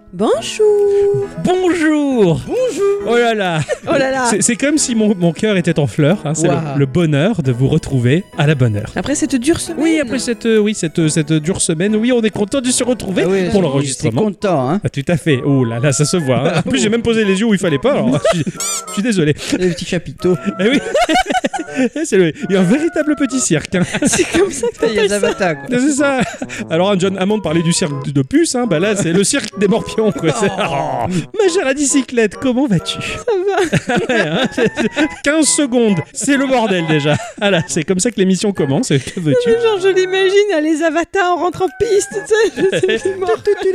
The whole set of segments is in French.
Bonjour. Bonjour. Oh là là. Oh là là. C'est comme si mon cœur était en fleurs. Hein. C'est Wow. le bonheur de vous retrouver à la bonne heure. Après cette dure semaine. Oui, après cette dure semaine, oui, on est content de se retrouver pour l'enregistrement. C'est content, hein. Ah, tout à fait. Oh là là, ça se voit. Hein. En plus, j'ai même posé les yeux où il fallait pas. Alors, je suis désolé. Les petits chapiteaux. Eh oui. Il y a un véritable petit cirque. Hein. C'est comme ça que Il y a Zabata, quoi. C'est ça. Alors, John Hammond parlait du cirque de puce. Hein. Bah là, c'est le cirque des morpions. Quoi. Oh. Ma chère à bicyclette, comment vas-tu? Ça va. Ouais, hein, 15 secondes, c'est le bordel déjà. Voilà, c'est comme ça que l'émission commence. Que veux-tu? Genre, je l'imagine, à les avatars en rentrant piste, tu sais. C'est mort.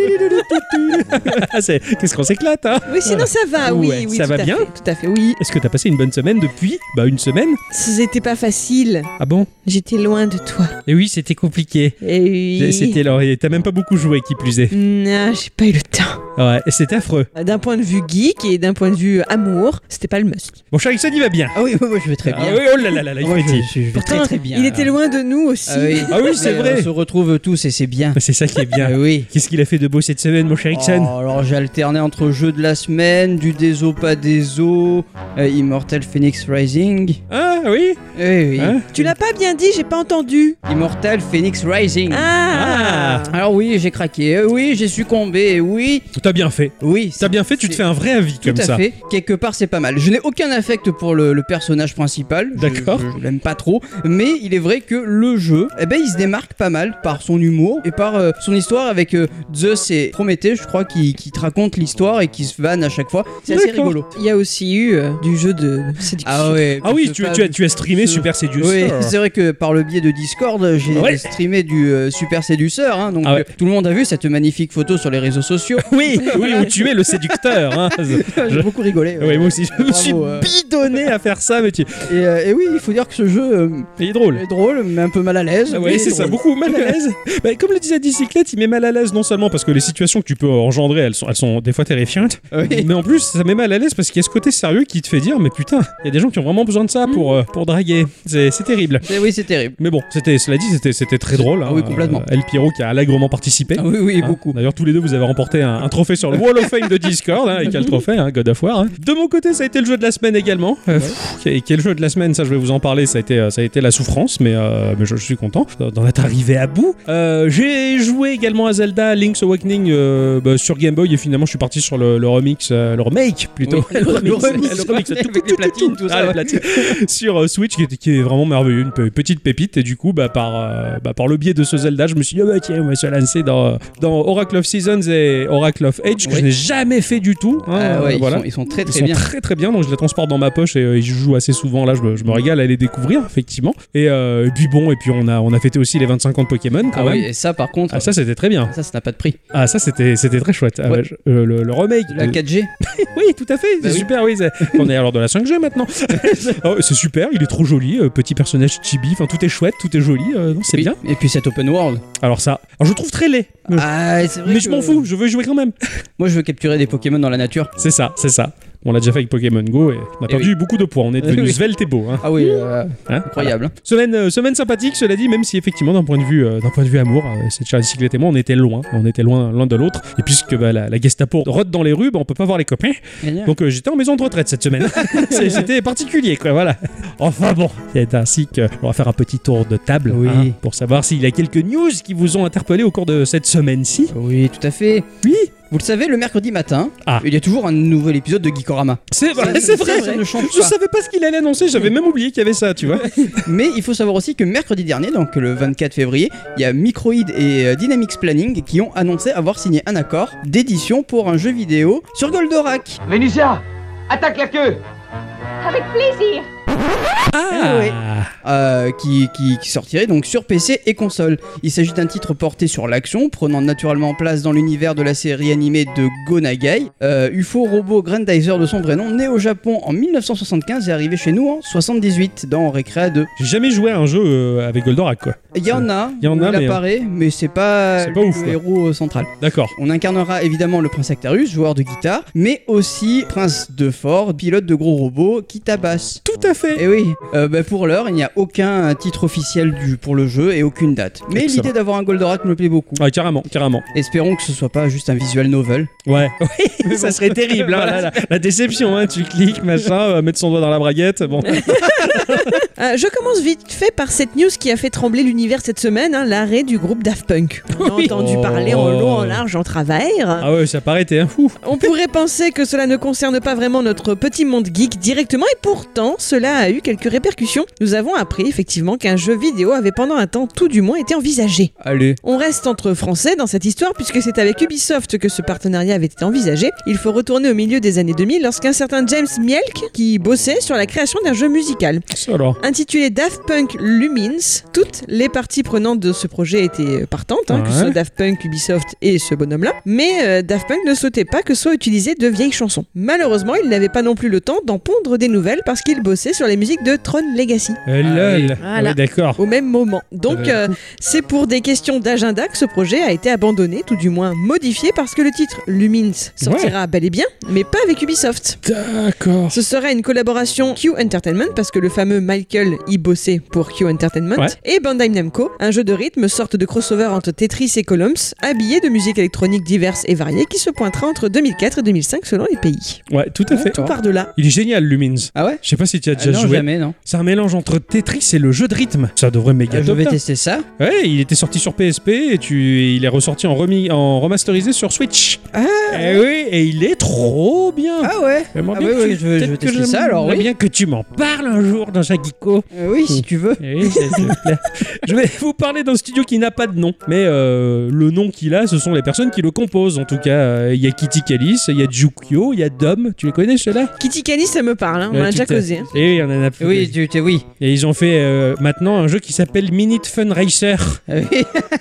Ah, qu'est-ce qu'on s'éclate, hein? Oui, sinon ça va, oui. Ouais, oui ça tout va à bien fait, tout à fait, oui. Est-ce que t'as passé une bonne semaine depuis une semaine? C'était pas facile. Ah bon? J'étais loin de toi. Et oui, c'était compliqué. Et oui. C'était là, et t'as même pas beaucoup joué, qui plus est. Non, j'ai pas eu le temps. Ouais, et c'était affreux. D'un point de vue geek et d'un point de vue amour, c'était pas le must. Mon cher Ixon, il va bien. Ah oui, moi je vais très bien. Ah oui, oh là là là, il Moi, frétille. je vais Pourtant, très bien. il était loin de nous aussi. Ah oui, c'est Mais vrai. On se retrouve tous et c'est bien. C'est ça qui est bien. Oui. Qu'est-ce qu'il a fait de beau cette semaine, mon cher Ixon? Oh, alors j'ai alterné entre jeux de la semaine, du déso pas déso, Immortal Phoenix Rising. Ah oui. Oui. Hein? Tu l'as pas bien dit, j'ai pas entendu. Immortal Phoenix Rising. Ah. Alors oui, j'ai craqué. Oui, j'ai succombé. Oui. T'as bien fait. Oui. T'as bien fait, tu te c'est- fais un vrai avis Tout comme à ça. fait. Quelque part, c'est pas mal. Je n'ai aucun affect pour le personnage principal. D'accord. Je l'aime pas trop. Mais il est vrai que le jeu, il se démarque pas mal par son humour et par son histoire avec Zeus et Prométhée, je crois, qui te racontent l'histoire et qui se vannent à chaque fois. C'est assez D'accord. rigolo. Il y a aussi eu du jeu de séduction. Ah oui, tu as streamé Super Séduceur. Oui, c'est vrai que par le biais de Discord, j'ai Ouais. streamé du Super Séduceur. Hein, donc Ah ouais. tout le monde a vu cette magnifique photo sur les réseaux sociaux. Oui, où tu es le séducteur. Hein. J'ai beaucoup rigolé. Oui, moi aussi, je me Bravo, suis bidonné à faire ça, mais Et oui, il faut dire que ce jeu il est drôle. est drôle, mais un peu mal à l'aise. Ah mais ouais, c'est ça, drôle. beaucoup mal à l'aise. Bah, comme le disait Dicyclette, il met mal à l'aise non seulement parce que les situations que tu peux engendrer, elles sont des fois terrifiantes, Oui. mais en plus, ça met mal à l'aise parce qu'il y a ce côté sérieux qui te fait dire, mais putain, il y a des gens qui ont vraiment besoin de ça pour draguer. C'est terrible. Oui, c'est terrible. Mais bon, cela dit, c'était très drôle. Hein. Oui, complètement. El Piro qui a allègrement participé. Ah oui, Hein. beaucoup. D'ailleurs, tous les deux, vous avez remporté un trophée sur le Wall of Fame de Discord. Hein, et quel trophée, hein, God of War. Hein. De mon côté, ça a été le jeu de la semaine également. Quel jeu de la semaine, ça, je vais vous en parler. Ça a été la souffrance, mais je suis content d'en être arrivé à bout. J'ai joué également à Zelda Link's Awakening sur Game Boy et finalement, je suis parti sur le remix, le remake plutôt. Oui, le remix, avec les platines, tout ça, les ouais. platines. Sur Switch, qui est vraiment merveilleux, une petite pépite. Et du coup, par le biais de ce Zelda, je me suis dit, tiens, on va se lancer dans Oracle of Seasons et Oracle of Age, que Oui. je n'ai jamais fait du tout. Hein, voilà. Ils sont très Ils très sont bien. très très bien, donc je les transporte dans ma poche et je joue assez souvent. Là, je me régale à les découvrir, effectivement. Et puis on a fêté aussi les 25 ans de Pokémon quand Ah même. oui, et ça par contre, Ah, ça c'était très bien. ça n'a pas de prix. Ah, ça c'était très chouette. Ah, Ouais. le remake. De la 4G. Oui, tout à fait, c'est Bah oui. super. Oui, on est alors dans la 5G maintenant. Oh, c'est super, il est trop joli. Petit personnage chibi, enfin tout est chouette, tout est joli. Non, c'est Oui. bien. Et puis cet open world. Alors je le trouve très laid. Ah, c'est vrai Mais que- je m'en fous, je veux y jouer quand même. Moi, je veux capturer des Pokémon dans la nature. C'est ça. On l'a déjà fait avec Pokémon Go et on a perdu beaucoup de poids. On est devenu Oui. svelte et beau. Hein. Ah oui, Hein, incroyable. Semaine sympathique, cela dit, même si effectivement d'un point de vue amour, cette chère bicyclette et moi, on était loin l'un de l'autre. Et puisque la Gestapo rôde dans les rues, on peut pas voir les copains. Donc j'étais en maison de retraite cette semaine. C'était particulier, quoi. Voilà. Enfin bon, c'est ainsi que on va faire un petit tour de table Oui. pour savoir s'il y a quelques news qui vous ont interpellé au cours de cette semaine-ci. Oui, tout à fait. Oui. Vous le savez, le mercredi matin, Ah. il y a toujours un nouvel épisode de Geekorama. C'est vrai. Ça ne change Je pas. savais pas ce qu'il allait annoncer. J'avais même oublié qu'il y avait ça, tu vois. Mais il faut savoir aussi que mercredi dernier, donc le 24 février, il y a Microïd et Dynamics Planning qui ont annoncé avoir signé un accord d'édition pour un jeu vidéo sur Goldorak. Vénusia, attaque la queue! Avec plaisir. Qui sortirait donc sur PC et console. Il s'agit d'un titre porté sur l'action, prenant naturellement place dans l'univers de la série animée de Go Nagai. UFO Robot Grandizer de son vrai nom, né au Japon en 1975 et arrivé chez nous en 78 dans Recrea 2. J'ai jamais joué à un jeu avec Goldorak, quoi. Il y en a, Il y en a, il mais, apparaît, mais c'est pas c'est pas ouf, le quoi. héros central. D'accord. On incarnera évidemment le prince Actarus, joueur de guitare, mais aussi prince de Ford, pilote de gros robots qui tabasse. Tout à fait. fait. Et oui, pour l'heure, il n'y a aucun titre officiel pour le jeu et aucune date. Mais Excellent. l'idée d'avoir un Goldorak me plaît beaucoup. Ah, carrément. Espérons que ce soit pas juste un visual novel. Ouais. Oui, ça serait terrible. Hein, la déception, hein. Tu cliques, machin, mettre son doigt dans la braguette. Bon. Je commence vite fait par cette news qui a fait trembler l'univers cette semaine, l'arrêt du groupe Daft Punk. On a entendu parler en long, en large, en travers. Ah ouais, ça paraît un fou. On pourrait penser que cela ne concerne pas vraiment notre petit monde geek directement, et pourtant, cela a eu quelques répercussions. Nous avons appris effectivement qu'un jeu vidéo avait pendant un temps tout du moins été envisagé. Allez. On reste entre Français dans cette histoire puisque c'est avec Ubisoft que ce partenariat avait été envisagé. Il faut retourner au milieu des années 2000 lorsqu'un certain James Mielck qui bossait sur la création d'un jeu musical. Ça alors. Intitulé Daft Punk Lumines, toutes les parties prenantes de ce projet étaient partantes, que ce soit Daft Punk, Ubisoft et ce bonhomme-là, mais Daft Punk ne souhaitait pas que soient utilisées de vieilles chansons. Malheureusement, il n'avait pas non plus le temps d'en pondre des nouvelles parce qu'il bossait sur les musiques de Tron Legacy. Lol. Voilà. Ouais, d'accord. Au même moment. Donc, c'est pour des questions d'agenda que ce projet a été abandonné, tout du moins modifié, parce que le titre Lumines sortira bel et bien, mais pas avec Ubisoft. D'accord. Ce serait une collaboration Q Entertainment, parce que le fameux Michael y bossait pour Q Entertainment, et Bandai Namco, un jeu de rythme, sorte de crossover entre Tetris et Columns, habillé de musique électronique diverses et variées, qui se pointera entre 2004 et 2005 selon les pays. Ouais, tout à fait. Tout par de là. Il est génial, Lumines. Ah ouais? Je sais pas si tu as déjà non, joué. jamais, non. C'est un mélange entre Tetris et le jeu de rythme. Ça devrait méga Je top. vais tester ça. Ouais, il était sorti sur PSP et il est ressorti en remasterisé sur Switch. Et oui, et il est trop bien. Ah ouais. J'aimerais Ah bien ouais, que ouais, tu- je vais peut-être que tester ça, alors, j'aimerais oui. bien que tu m'en parles un jour dans un geeko. Oui, si tu veux. Oui, s'il te plaît. Je vais vous parler d'un studio qui n'a pas de nom, mais le nom qu'il a, ce sont les personnes qui le composent. En tout cas, il y a Kitty Callis, il y a Jukio, il y a Dom. Tu les connais ceux-là? Kitty Callis, ça me parle, on en a déjà causé. Et oui, on en a fait. Oui, oui. Et ils ont fait maintenant un jeu qui s'appelle Minute Fun Racer. Oui.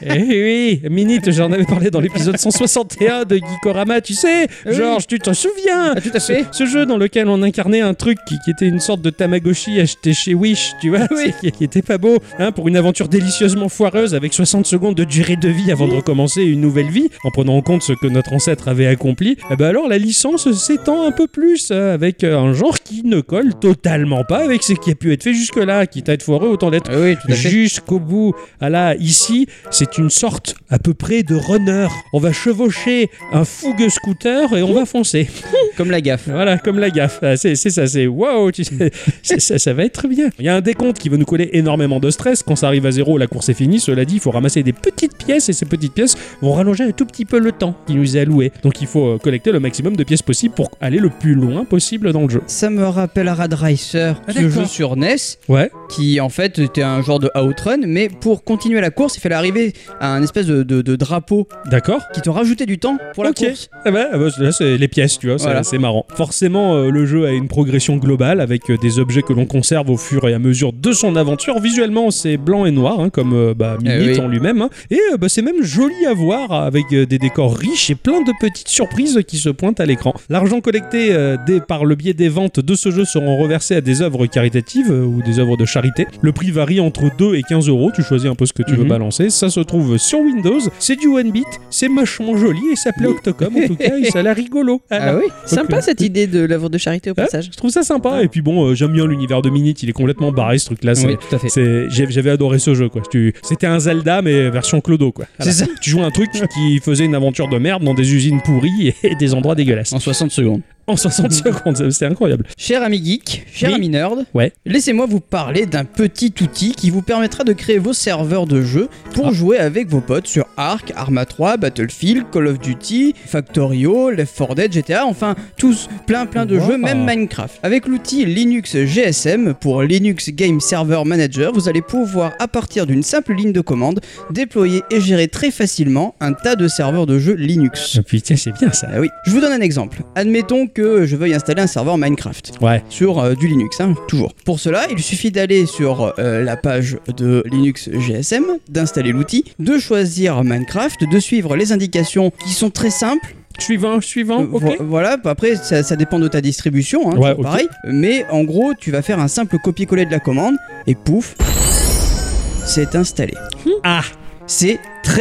Eh oui, Minute, j'en avais parlé dans l'épisode 161 de Geekorama, tu sais, Oui. Georges, tu t'en souviens? Ah, tout à fait. Ce jeu dans lequel on incarnait un truc qui était une sorte de Tamagotchi acheté chez Wish, tu vois, qui était pas beau, pour une aventure délicieusement foireuse avec 60 secondes de durée de vie avant de recommencer une nouvelle vie, en prenant en compte ce que notre ancêtre avait accompli. Et ben alors la licence s'étend un peu plus avec un genre qui ne colle totalement pas avec ce qui a pu être fait jusque-là, quitte à être foireux, autant l'être Oui, tout à fait. jusqu'au bout. Ah là, ici, c'est une sorte à peu près de runner. On va chevaucher un fougueux scooter et on va foncer. Comme la gaffe. Voilà, comme la gaffe. Ah, c'est ça, c'est waouh, tu sais, ça va être bien. Il y a un décompte qui va nous coller énormément de stress. Quand ça arrive à zéro, la course est finie. Cela dit, il faut ramasser des petites pièces et ces petites pièces vont rallonger un tout petit peu le temps qui nous est alloué. Donc il faut collecter le maximum de pièces possible pour aller le plus loin possible dans le jeu. Ça me rappelle Rad Racer, Ah, ce d'accord. jeu sur NES, Ouais, qui en fait était un genre de outrun, mais pour continuer la course, il fallait arriver à un espèce de drapeau d'accord. qui te rajoutait du temps pour la Ok. course. Ah bah, là, c'est les pièces, tu vois, Voilà. c'est marrant. Forcément, le jeu a une progression globale avec des objets que l'on conserve au fur et à mesure de son aventure. Visuellement, c'est blanc et noir, comme Minute oui. en lui-même. Et c'est même joli à voir avec des décors riches et plein de petites surprises qui se pointent à l'écran. L'argent collecté par le biais des ventes de ce jeu seront reversés à des œuvres caritatives ou des œuvres de charité. Le prix varie entre 2 et 15 euros. Tu choisis un peu ce que tu veux balancer. Ça se trouve sur Windows. C'est du one bit. C'est vachement joli et ça plaît Octocom en tout cas. Et ça a l'air rigolo. Ah oui. Sympa cette idée de l'œuvre de charité au passage. Je trouve ça sympa. Et puis bon, j'aime bien l'univers de Minute. Il est complètement barré ce truc-là. Oui, tout à fait. J'avais adoré ce jeu quoi. C'était un Zelda mais version clodo quoi. C'est ça. Tu joues un truc qui faisait une aventure de merde dans des usines pourries et des endroits dégueulasses. En 60 secondes. En 60 secondes, c'était incroyable. Cher ami geek, cher Oui. ami nerd, Ouais. laissez-moi vous parler d'un petit outil qui vous permettra de créer vos serveurs de jeu pour jouer avec vos potes sur Ark, Arma 3, Battlefield, Call of Duty, Factorio, Left 4 Dead, GTA, enfin tous plein de Wow. jeux, même Minecraft. Avec l'outil Linux GSM pour Linux Game Server Manager, vous allez pouvoir à partir d'une simple ligne de commande déployer et gérer très facilement un tas de serveurs de jeux Linux. Oh, putain, c'est bien ça. Ah oui. Je vous donne un exemple. Admettons que je veuille installer un serveur Minecraft Ouais. sur du Linux, toujours. Pour cela, il suffit d'aller sur la page de Linux GSM, d'installer l'outil, de choisir Minecraft, de suivre les indications qui sont très simples. Suivant, ok. Voilà, après ça dépend de ta distribution, Ouais, c'est ok. pareil. Mais en gros, tu vas faire un simple copier-coller de la commande et pouf, c'est installé. Ah, C'est très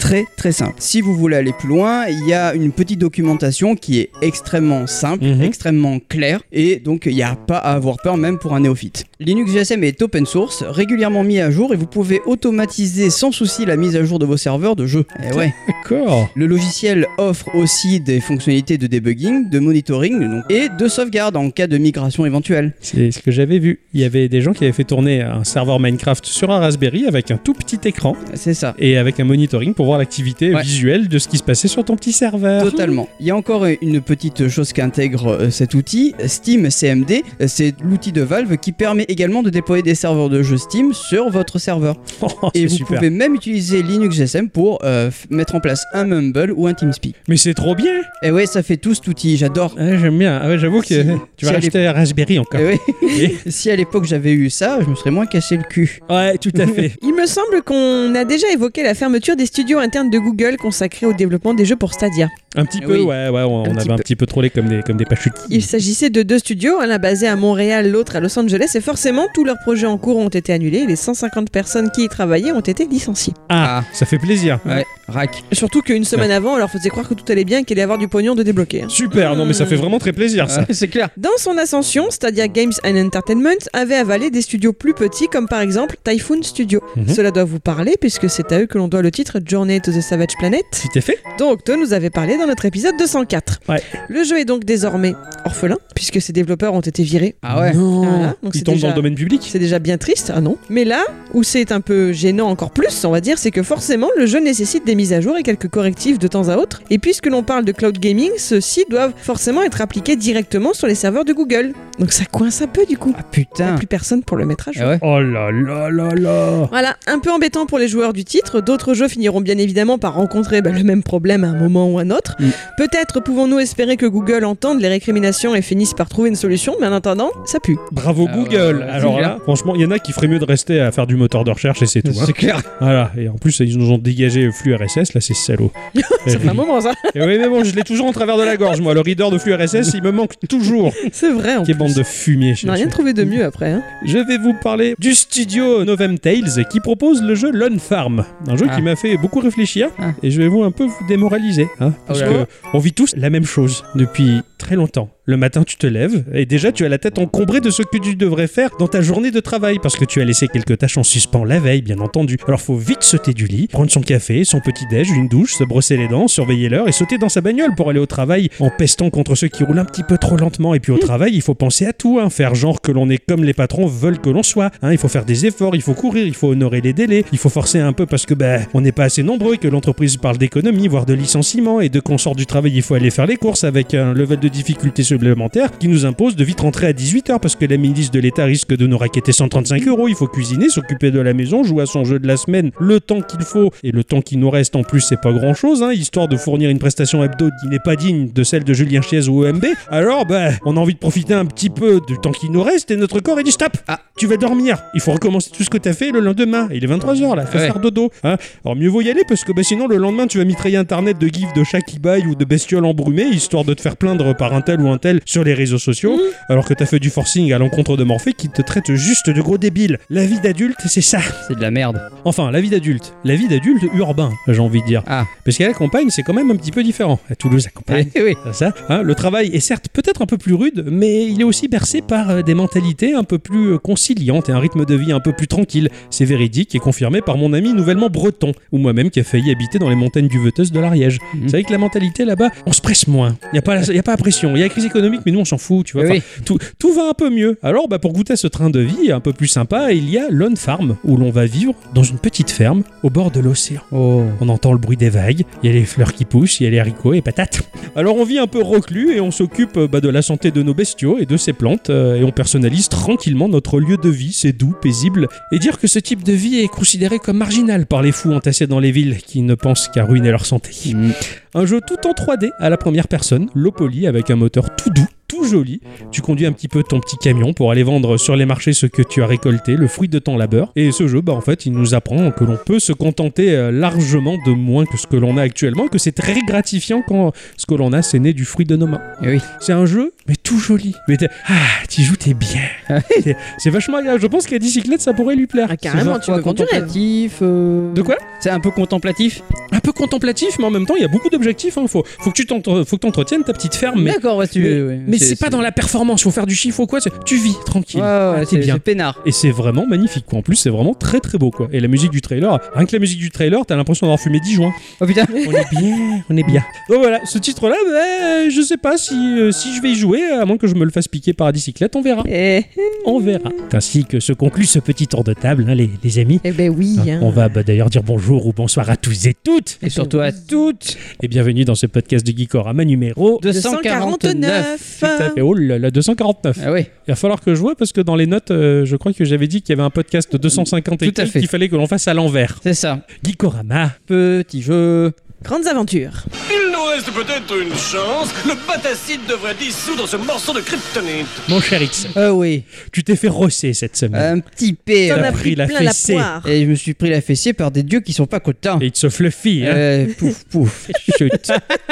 très très simple. Si vous voulez aller plus loin, il y a une petite documentation qui est extrêmement simple, extrêmement claire, et donc il n'y a pas à avoir peur même pour un néophyte. Linux GSM est open source, régulièrement mis à jour, et vous pouvez automatiser sans souci la mise à jour de vos serveurs de jeu. Eh ouais. D'accord. Le logiciel offre aussi des fonctionnalités de debugging, de monitoring donc, et de sauvegarde en cas de migration éventuelle. C'est ce que j'avais vu. Il y avait des gens qui avaient fait tourner un serveur Minecraft sur un Raspberry avec un tout petit écran. C'est ça. Et avec un monitoring pour voir l'activité visuelle de ce qui se passait sur ton petit serveur. Totalement. Il y a encore une petite chose qu'intègre cet outil, Steam CMD. C'est l'outil de Valve qui permet également de déployer des serveurs de jeux Steam sur votre serveur. Et vous pouvez même utiliser Linux GSM pour mettre en place un Mumble ou un TeamSpeak. Mais c'est trop bien. Et ouais, ça fait tout cet outil, j'adore. J'aime bien. Ah ouais, j'avoue que tu vas racheter un Raspberry encore. Si à l'époque j'avais eu ça, je me serais moins cassé le cul. Ouais, tout à fait. Il me semble qu'on a déjà évoqué la fermeture des studios internes de Google consacrés au développement des jeux pour Stadia. Un petit peu, ouais, on avait un petit peu trollé comme des pachutis. Il s'agissait de 2 studios, l'un basé à Montréal, l'autre à Los Angeles, et forcément tous leurs projets en cours ont été annulés et les 150 personnes qui y travaillaient ont été licenciées. Ah, ça fait plaisir. Ouais, rac. Surtout qu'une semaine avant, on leur faisait croire que tout allait bien et qu'il allait y avoir du pognon de débloquer. Super, non mais ça fait vraiment très plaisir ça. C'est clair. Dans son ascension, Stadia Games and Entertainment avait avalé des studios plus petits comme par exemple Typhoon Studio. Cela doit vous parler puisque c'est à eux que l'on doit le titre Journey to the Savage Planet. Tout à fait. Dont Octo nous avait parlé dans notre épisode 204. Ouais. Le jeu est donc désormais orphelin puisque ses développeurs ont été virés. Ah ouais. Voilà, donc Ils tombent dans le domaine public. C'est déjà bien triste, ah non. Mais là où c'est un peu gênant encore plus, on va dire, c'est que forcément le jeu nécessite des mises à jour et quelques correctifs de temps à autre. Et puisque l'on parle de cloud gaming, ceux-ci doivent forcément être appliqués directement sur les serveurs de Google. Donc ça coince un peu du coup. Ah putain. Il n'y a plus personne pour le mettre à jour. Ah ouais. Oh là là là là. Voilà, un peu embêtant pour les joueurs du titre. D'autres jeux finiront bien évidemment par rencontrer le même problème à un moment ou à un autre. Peut-être pouvons-nous espérer que Google entende les récriminations et finisse par trouver une solution, mais en attendant, ça pue. Bravo Google. ouais, Alors là, franchement, il y en a qui ferait mieux de rester à faire du moteur de recherche et c'est tout. C'est clair. Voilà, et en plus ils nous ont dégagé le flux RSS, là c'est salaud. Ça fait un moment ça. Et oui mais bon, je l'ai toujours en travers de la gorge moi, le reader de flux RSS il me manque toujours. C'est vrai en Quelle plus. bande de fumier. On n'a rien trouvé de mieux après. Hein. Je vais vous parler du studio Novem Tales qui propose le jeu Lone Farm, un jeu qui m'a fait beaucoup réfléchir et je vais vous démoraliser parce que on vit tous la même chose depuis très longtemps. Le matin, tu te lèves et déjà tu as la tête encombrée de ce que tu devrais faire dans ta journée de travail parce que tu as laissé quelques tâches en suspens la veille, bien entendu. Alors faut vite sauter du lit, prendre son café, son petit-déj, une douche, se brosser les dents, surveiller l'heure et sauter dans sa bagnole pour aller au travail en pestant contre ceux qui roulent un petit peu trop lentement. Et puis au travail, il faut penser à tout, faire genre que l'on est comme les patrons veulent que l'on soit. Il faut faire des efforts, il faut courir, il faut honorer les délais, il faut forcer un peu parce que on n'est pas assez nombreux, que l'entreprise parle d'économie, voire de licenciement et de qu'on sort du travail, il faut aller faire les courses avec un level de difficulté supplémentaire qui nous impose de vite rentrer à 18h parce que la milice de l'État risque de nous raqueter 135 €. Il faut cuisiner, s'occuper de la maison, jouer à son jeu de la semaine le temps qu'il faut et le temps qui nous reste en plus c'est pas grand chose, histoire de fournir une prestation hebdo qui n'est pas digne de celle de Julien Chiez ou OMB. Alors on a envie de profiter un petit peu du temps qui nous reste et notre corps il dit stop, tu vas dormir, il faut recommencer tout ce que t'as fait le lendemain, il est 23h là, faut faire dodo. Alors mieux vaut y aller parce que sinon le lendemain tu vas mitrailler internet de gifs de chats qui baillent ou de bestioles embrumées histoire de te faire plaindre par un tel ou un tel sur les réseaux sociaux alors que t'as fait du forcing à l'encontre de Morphée qui te traite juste de gros débile. La vie d'adulte c'est ça. C'est de la merde. Enfin la vie d'adulte urbain j'ai envie de dire. Parce qu'à la campagne c'est quand même un petit peu différent. À Toulouse la campagne, ça, le travail est certes peut-être un peu plus rude mais il est aussi bercé par des mentalités un peu plus conciliantes et un rythme de vie un peu plus tranquille. C'est véridique et confirmé par mon ami nouvellement breton ou moi-même qui a failli habiter dans les montagnes duveteuses de l'Ariège. C'est vrai que la mentalité là-bas on se presse moins, il y a pas la pression, il y a la crise économique mais nous on s'en fout, tu vois. Tout va un peu mieux. Alors pour goûter à ce train de vie un peu plus sympa, il y a Lone Farm où l'on va vivre dans une petite ferme au bord de l'océan. On entend le bruit des vagues, il y a les fleurs qui poussent, il y a les haricots et patates. Alors on vit un peu reclus et on s'occupe de la santé de nos bestiaux et de ces plantes et on personnalise tranquillement notre lieu de vie, c'est doux, paisible. Et dire que ce type de vie est considéré comme marginal par les fous entassés dans les villes qui ne pensent qu'à ruiner leur santé. Un jeu tout en 3D à la première personne, low poly avec un moteur tout doux tout joli. Tu conduis un petit peu ton petit camion pour aller vendre sur les marchés ce que tu as récolté, le fruit de ton labeur. Et ce jeu, en fait, il nous apprend que l'on peut se contenter largement de moins que ce que l'on a actuellement, que c'est très gratifiant quand ce que l'on a, c'est né du fruit de nos mains. Et oui. C'est un jeu, mais tout joli. Mais t'y joues, t'es bien. C'est vachement agréable. Je pense qu'à Dicyclette, ça pourrait lui plaire. Ah, carrément, tu me vends du rêve. Contemplatif. De quoi ? C'est un peu contemplatif. Un peu contemplatif, mais en même temps, il y a beaucoup d'objectifs. Faut que tu entretiennes ta petite ferme. Mais, D'accord, ouais, mais c'est pas dans la performance. Faut faire du chiffre ou quoi. Tu vis tranquille. Ouais, c'est bien. C'est peinard. Et c'est vraiment magnifique, quoi. En plus, c'est vraiment très très beau, quoi. Et la musique du trailer, rien que la musique du trailer, t'as l'impression d'avoir fumé 10 joints. Oh putain. On est bien. Donc voilà, ce titre-là, je sais pas si je vais y jouer, à moins que je me le fasse piquer par la bicyclette, on verra. On verra. Ainsi que se conclut ce petit tour de table, hein, les amis. Eh ben oui. On va d'ailleurs dire bonjour ou bonsoir à tous et toutes. Et surtout à toutes. Et bienvenue dans ce podcast de Geekorama numéro 249. Tout à fait. Oh là là, 249. Ah oui. Il va falloir que je vois parce que dans les notes, je crois que j'avais dit qu'il y avait un podcast de 250 et Tout à fait. qu'il fallait que l'on fasse à l'envers. C'est ça. Geekorama. Petit jeu. Grandes aventures. Il nous reste peut-être une chance. Le batacide devrait dissoudre ce morceau de kryptonite. Mon cher X, Ah oui. tu t'es fait rosser cette semaine. Un petit P. T'en T'as as pris pris la plein la fessée. poire. Et je me suis pris la fessier par des dieux qui sont pas contents. Et il te se fluffy, hein. Pouf, pouf. Chut.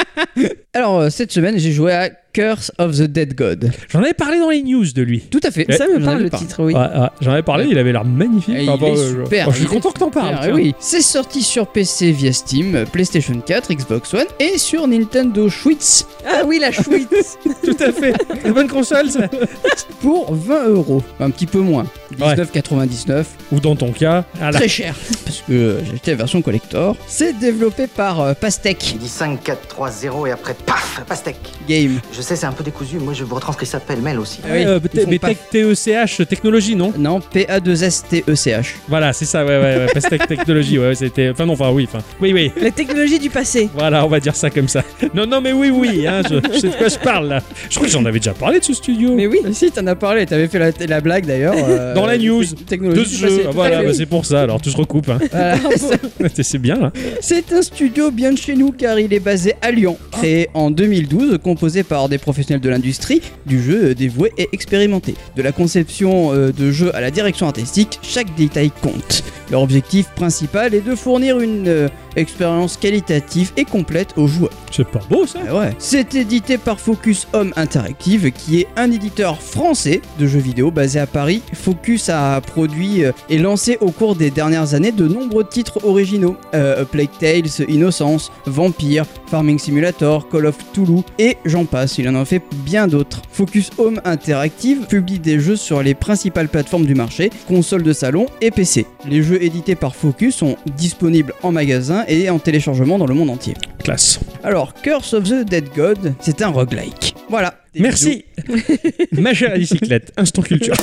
Alors, cette semaine, j'ai joué à Curse of the Dead God. J'en avais parlé dans les news de lui. Tout à fait. Ça me J'en parle avais le parlé. titre, oui. J'en avais parlé, il avait l'air magnifique. Et il est super. Je suis content que t'en parles. Ah, oui. C'est sorti sur PC via Steam, PlayStation 4, Xbox One et sur Nintendo Switch Ah oui, la chouette. Tout à fait. Une bonne console, ça. pour 20€. Un petit peu moins. Ouais. 19,99. Ou dans ton cas, Très cher. Parce que j'ai acheté la version collector. C'est développé par Pastèque Il dit 5, 4, 3, 0 et après, paf, pastèque. Game. Je sais, c'est un peu décousu. Moi, je vous retranscris ça pêle-mêle aussi. Ah oui, ils font mais pas- TECH technologie, non? Non, PA2STECH. Voilà, c'est ça, ouais. Pastèque technologie, ouais, c'était. Oui. La technologie du passé. Voilà, on va dire ça comme ça. Non, mais oui, hein, je sais de quoi je parle là. Je crois que j'en avais déjà parlé de ce studio. Mais oui. Si, t'en as parlé, t'avais fait la blague d'ailleurs. Dans la news. Technologie De du ce passé, jeu. tout à Voilà, fait. c'est pour ça, alors tout se recoupe. Hein. Voilà. C'est bien là. C'est un studio bien de chez nous car il est basé à Lyon. Créé en 2012, composé par des professionnels de l'industrie du jeu dévoués et expérimentés. De la conception de jeu à la direction artistique, chaque détail compte. Leur objectif principal est de fournir une expérience qualitative et complète aux joueurs. C'est pas beau ça? Ah ouais. C'est édité par Focus Home Interactive, qui est un éditeur français de jeux vidéo basé à Paris. Focus a produit et lancé au cours des dernières années de nombreux titres originaux. A Plague Tales, Innocence, Vampire, Farming Simulator, Call of Cthulhu et j'en passe, il en a fait bien d'autres. Focus Home Interactive publie des jeux sur les principales plateformes du marché, consoles de salon et PC. Les jeux édités par Focus sont disponibles en magasin et en téléchargement dans le monde entier. Classe. Alors, Curse of the Dead God, c'est un roguelike. Voilà. Des Merci. Ma chère bicyclette, instant culture.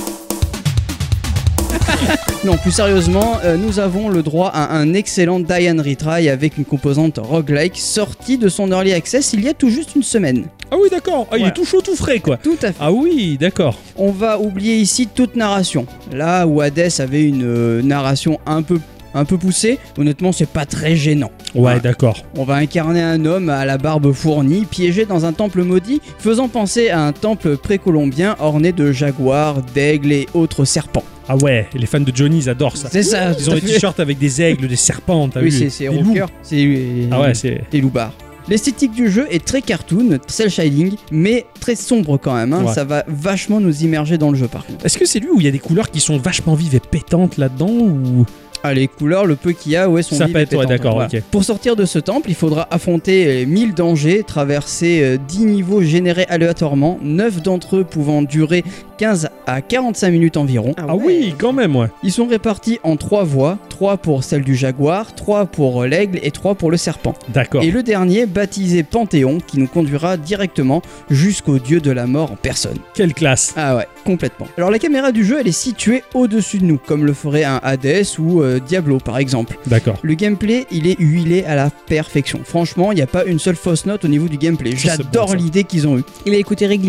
Non, plus sérieusement, nous avons le droit à un excellent Die and Retry avec une composante roguelike sortie de son early access il y a tout juste une semaine. Ah oui, d'accord. Il Voilà. est tout chaud, tout frais quoi. Tout à fait. Ah oui, d'accord. On va oublier ici toute narration. Là où Hades avait une narration un peu poussée, honnêtement, c'est pas très gênant. Ouais, Voilà. d'accord. On va incarner un homme à la barbe fournie, piégé dans un temple maudit, faisant penser à un temple précolombien orné de jaguars, d'aigles et autres serpents. Ah ouais, les fans de Johnny, ils adorent ça. C'est ça. Ils ont des t-shirts avec des aigles, des serpents, t'as Oui, vu? c'est Des rocker. loups. C'est Ah ouais, c'est... des loupards. L'esthétique du jeu est très cartoon, cel shading, mais très sombre quand même. Hein. Ouais. Ça va vachement nous immerger dans le jeu par contre. Est-ce que c'est lui où il y a des couleurs qui sont vachement vives et pétantes là-dedans ou... Ah, les couleurs, le peu qu'il y a, ouais, sont Ça vives peut et être, ouais, pétantes, d'accord, voilà. ok. Pour sortir de ce temple, il faudra affronter 1000 dangers, traverser 10 niveaux générés aléatoirement, 9 d'entre eux pouvant durer 15 à 45 minutes environ. Ah oui, quand même, ouais. Ils sont répartis en 3 voies, 3 pour celle du jaguar, 3 pour l'aigle et 3 pour le serpent. D'accord. Et le dernier, baptisé Panthéon, qui nous conduira directement jusqu'au dieu de la mort en personne. Quelle classe. Ah ouais, complètement. Alors la caméra du jeu, elle est située au-dessus de nous, comme le ferait un Hades ou Diablo par exemple. D'accord. Le gameplay, il est huilé à la perfection. Franchement, il n'y a pas une seule fausse note au niveau du gameplay. Ça, c'est J'adore bon, ça. l'idée qu'ils ont eue. Il a écouté Réglisse, quoi.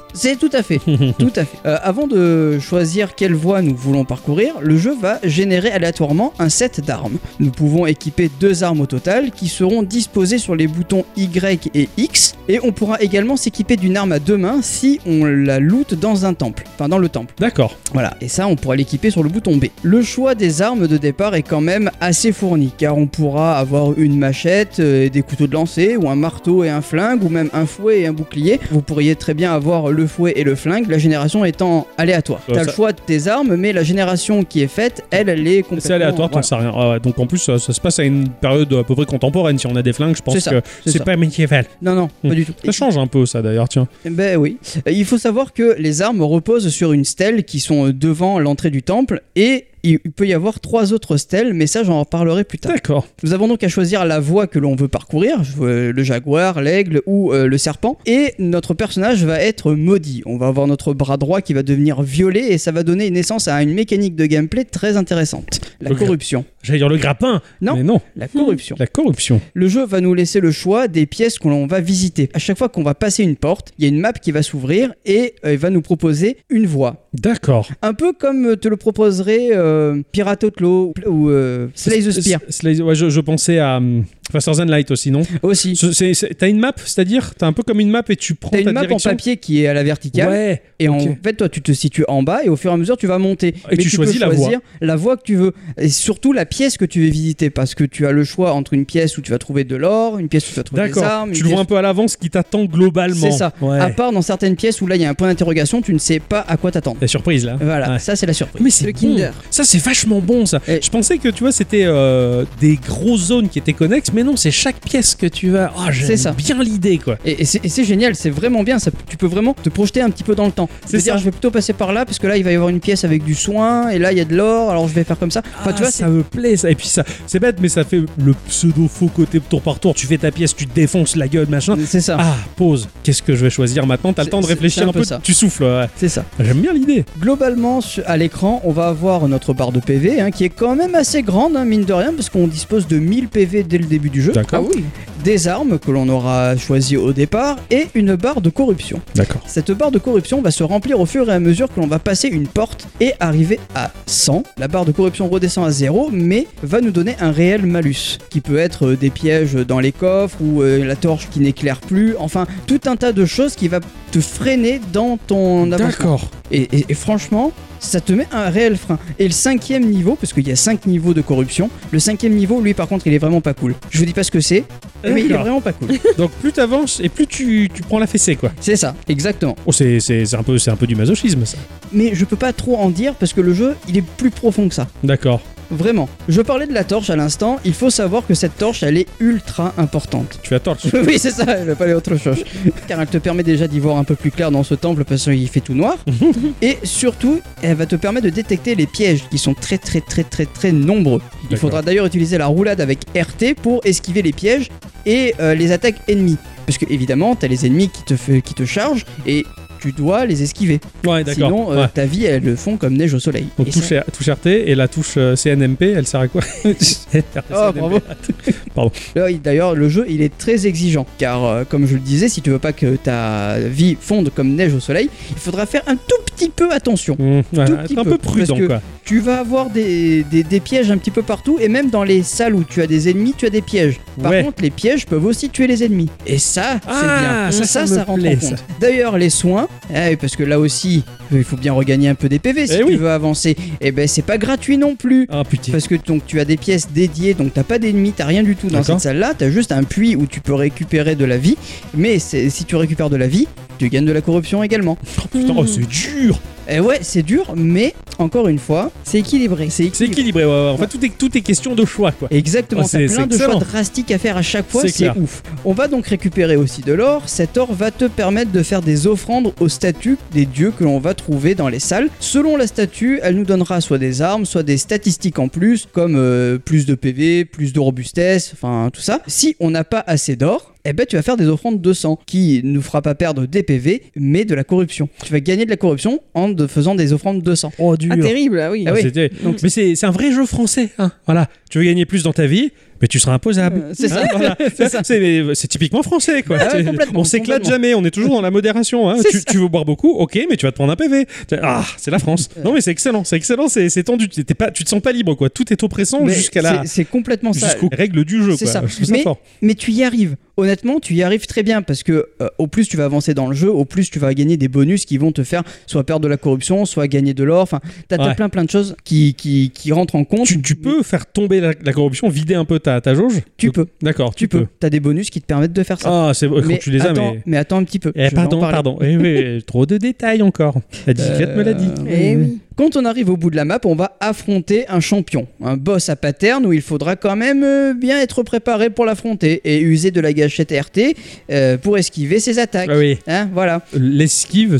C'est tout à fait. Tout à fait. Avant de choisir quelle voie nous voulons parcourir, le jeu va générer aléatoirement un set d'armes. Nous pouvons équiper 2 armes au total qui seront disposées sur les boutons Y et X, et on pourra également s'équiper d'une arme à 2 mains si on la loot dans un temple, enfin dans le temple. D'accord. Voilà, et ça on pourra l'équiper sur le bouton B. Le choix des armes de départ est quand même assez fourni, car on pourra avoir une machette, des couteaux de lancer, ou un marteau et un flingue, ou même un fouet et un bouclier. Vous pourriez très bien avoir le fouet et le flingue, la génération étant aléatoire. T'as le choix de tes armes, mais la génération qui est faite, elle est complètement... C'est aléatoire, voilà. t'en sais rien. Ah ouais, donc en plus, ça se passe à une période à peu près contemporaine. Si on a des flingues, je pense C'est ça, que c'est c'est ça. pas médiéval. Non, pas du tout. Ça change un peu, ça d'ailleurs, tiens. Ben oui. Il faut savoir que les armes reposent sur une stèle qui sont devant l'entrée du temple, et il peut y avoir 3 autres stèles, mais ça j'en reparlerai plus tard. D'accord. Nous avons donc à choisir la voie que l'on veut parcourir, le jaguar, l'aigle ou le serpent, et notre personnage va être maudit. On va avoir notre bras droit qui va devenir violet, et ça va donner naissance à une mécanique de gameplay très intéressante. La corruption. J'allais dire le grappin. Non. Mais non. La corruption. La corruption. Le jeu va nous laisser le choix des pièces que l'on va visiter. À chaque fois qu'on va passer une porte, il y a une map qui va s'ouvrir et il va nous proposer une voie. D'accord. Un peu comme te le proposerait Pirate Outlaw ou Slay the Spear. Ouais, je pensais à Faster Than Light aussi, non? Aussi. T'as une map, c'est-à-dire t'as un peu comme une map et tu prends T'as ta une map direction. en papier qui est à la verticale. Ouais. Et ok. en fait, toi, tu te situes en bas et au fur et à mesure, tu vas monter. Et Mais tu choisis peux la voie. choisir la voie que tu veux. Et surtout la pièce que tu veux visiter. Parce que tu as le choix entre une pièce où tu vas trouver de l'or, une pièce où tu vas trouver des D'accord. armes. Tu le vois un peu à l'avance qui t'attend globalement. C'est ça. Ouais. À part dans certaines pièces où là, il y a un point d'interrogation, tu ne sais pas à quoi t'attendre. La surprise là. Voilà, Ouais. ça, c'est la surprise. Mais c'est Le bon. Kinder. Ça c'est vachement bon ça. Et- Je pensais que tu vois c'était des grosses zones qui étaient connexes, mais non, c'est chaque pièce que tu vas. Ah, j'aime C'est ça. bien l'idée quoi. Et c'est génial, c'est vraiment bien. Ça, tu peux vraiment te projeter un petit peu dans le temps. C'est Dire, ça. je vais plutôt passer par là parce que là, il va y avoir une pièce avec du soin et là, il y a de l'or. Alors, je vais faire comme ça. Enfin, tu vois, ça me plaît ça. Et puis ça, c'est bête, mais ça fait le pseudo faux côté tour par tour. Tu fais ta pièce, tu te défonces la gueule, machin. c'est ça. Ah, pause. Qu'est-ce que je vais choisir maintenant? T'as le temps de C'est- réfléchir c'est un un peu peu. ça. Tu souffles. Ouais. C'est ça. J'aime bien l'idée. Globalement, à l'écran, on va avoir notre barre de PV qui est quand même assez grande, mine de rien, parce qu'on dispose de 1000 PV dès le début du jeu. D'accord. Ah oui. Des armes que l'on aura choisies au départ et une barre de corruption. D'accord. Cette barre de corruption va se remplir au fur et à mesure que l'on va passer une porte et arriver à 100. La barre de corruption redescend à 0, mais va nous donner un réel malus, qui peut être des pièges dans les coffres ou la torche qui n'éclaire plus, enfin tout un tas de choses qui va te freiner dans ton avancement. D'accord. Et franchement, ça te met un réel frein. Et le 5e niveau, parce qu'il y a 5 niveaux de corruption, le 5e niveau, lui par contre, il est vraiment pas cool. Je vous dis pas ce que c'est, mais il est D'accord. vraiment pas cool. Donc plus t'avances et plus tu prends la fessée quoi. C'est ça, exactement. Oh c'est un peu du masochisme ça. Mais je peux pas trop en dire parce que le jeu, il est plus profond que ça. D'accord. Vraiment. Je parlais de la torche à l'instant, il faut savoir que cette torche, elle est ultra importante. Tu as torche. Oui, c'est ça, elle va pas aller autre chose. Car elle te permet déjà d'y voir un peu plus clair dans ce temple parce qu'il fait tout noir. Et surtout, elle va te permettre de détecter les pièges qui sont très très très très très nombreux. Il D'accord. faudra d'ailleurs utiliser la roulade avec RT pour esquiver les pièges et les attaques ennemies. Parce que évidemment, t'as les ennemis qui te chargent et tu dois les esquiver. Ouais, d'accord. Sinon, Ouais. ta vie, elle le fond comme neige au soleil. Donc Et touche, ça- touche RT et la touche CNMP, elle sert à quoi? Oh, bravo. Là, d'ailleurs, le jeu, il est très exigeant. Car, comme je le disais, si tu veux pas que ta vie fonde comme neige au soleil, il faudra faire un tout petit peu attention. Ouais, Tout petit être un peu, peu prudent parce que quoi. Tu vas avoir des pièges un petit peu partout, et même dans les salles où tu as des ennemis, tu as des pièges. Par Ouais. contre, les pièges peuvent aussi tuer les ennemis. Et ça, Ah, c'est bien. ça me rentre plaît, en compte. D'ailleurs, les soins, parce que là aussi, il faut bien regagner un peu des PV si Eh tu oui. veux avancer. Et ben, c'est pas gratuit non plus. Ah putain. Parce que donc tu as des pièces dédiées, donc t'as pas d'ennemis, t'as rien du tout dans D'accord. cette salle-là, t'as juste un puits où tu peux récupérer de la vie, mais si tu récupères de la vie, tu gagnes de la corruption également. Oh, putain, oh, c'est dur. Et ouais, c'est dur, mais encore une fois, C'est équilibré. c'est C'est équilibré. Ouais, ouais. En fait, tout est question de choix quoi. Exactement, Oh, t'as c'est plein de excellent. choix drastiques à faire à chaque fois, C'est c'est clair. ouf. On va donc récupérer aussi de l'or, cet or va te permettre de faire des offrandes aux statues des dieux que l'on va trouver dans les salles. Selon la statue, elle nous donnera soit des armes, soit des statistiques en plus, comme plus de PV, plus de robustesse, enfin tout ça. Si on n'a pas assez d'or, eh ben tu vas faire des offrandes de sang qui ne fera pas perdre des PV mais de la corruption. Tu vas gagner de la corruption en faisant des offrandes de sang. Oh dur. Ah, terrible, ah oui. Ah oui. C'était- Donc, mais c'est un vrai jeu français. Hein. Voilà. Tu veux gagner plus dans ta vie, mais tu seras imposable. C'est ça. Voilà. C'est ça. C'est typiquement français, quoi. Ah ouais, complètement, On s'éclate complètement. jamais, on est toujours dans la modération. Hein. Tu veux boire beaucoup, ok, mais tu vas te prendre un PV. Ah, c'est la France. Non, mais c'est excellent, c'est tendu. Tu te sens pas libre, quoi. Tout est oppressant Mais jusqu'à la. c'est complètement ça. Jusqu'aux règles du jeu, C'est quoi. ça. Je trouve ça fort. Mais tu y arrives. Honnêtement, tu y arrives très bien parce que au plus tu vas avancer dans le jeu, au plus tu vas gagner des bonus qui vont te faire soit perdre de la corruption, soit gagner de l'or. Enfin, t'as plein de choses qui rentrent en compte. Tu peux faire tomber la corruption, vider un peu ta jauge. Tu peux. D'accord, tu peux. T'as des bonus qui te permettent de faire ça. Ah, c'est quand tu les as, mais attends un petit peu. Je vais en parler. Pardon. Trop de détails encore. La disquette me l'a dit. Eh oui. Quand on arrive au bout de la map, on va affronter un champion, un boss à pattern où il faudra quand même bien être préparé pour l'affronter et user de la gâchette RT pour esquiver ses attaques. Ah oui. Hein, voilà. L'esquive,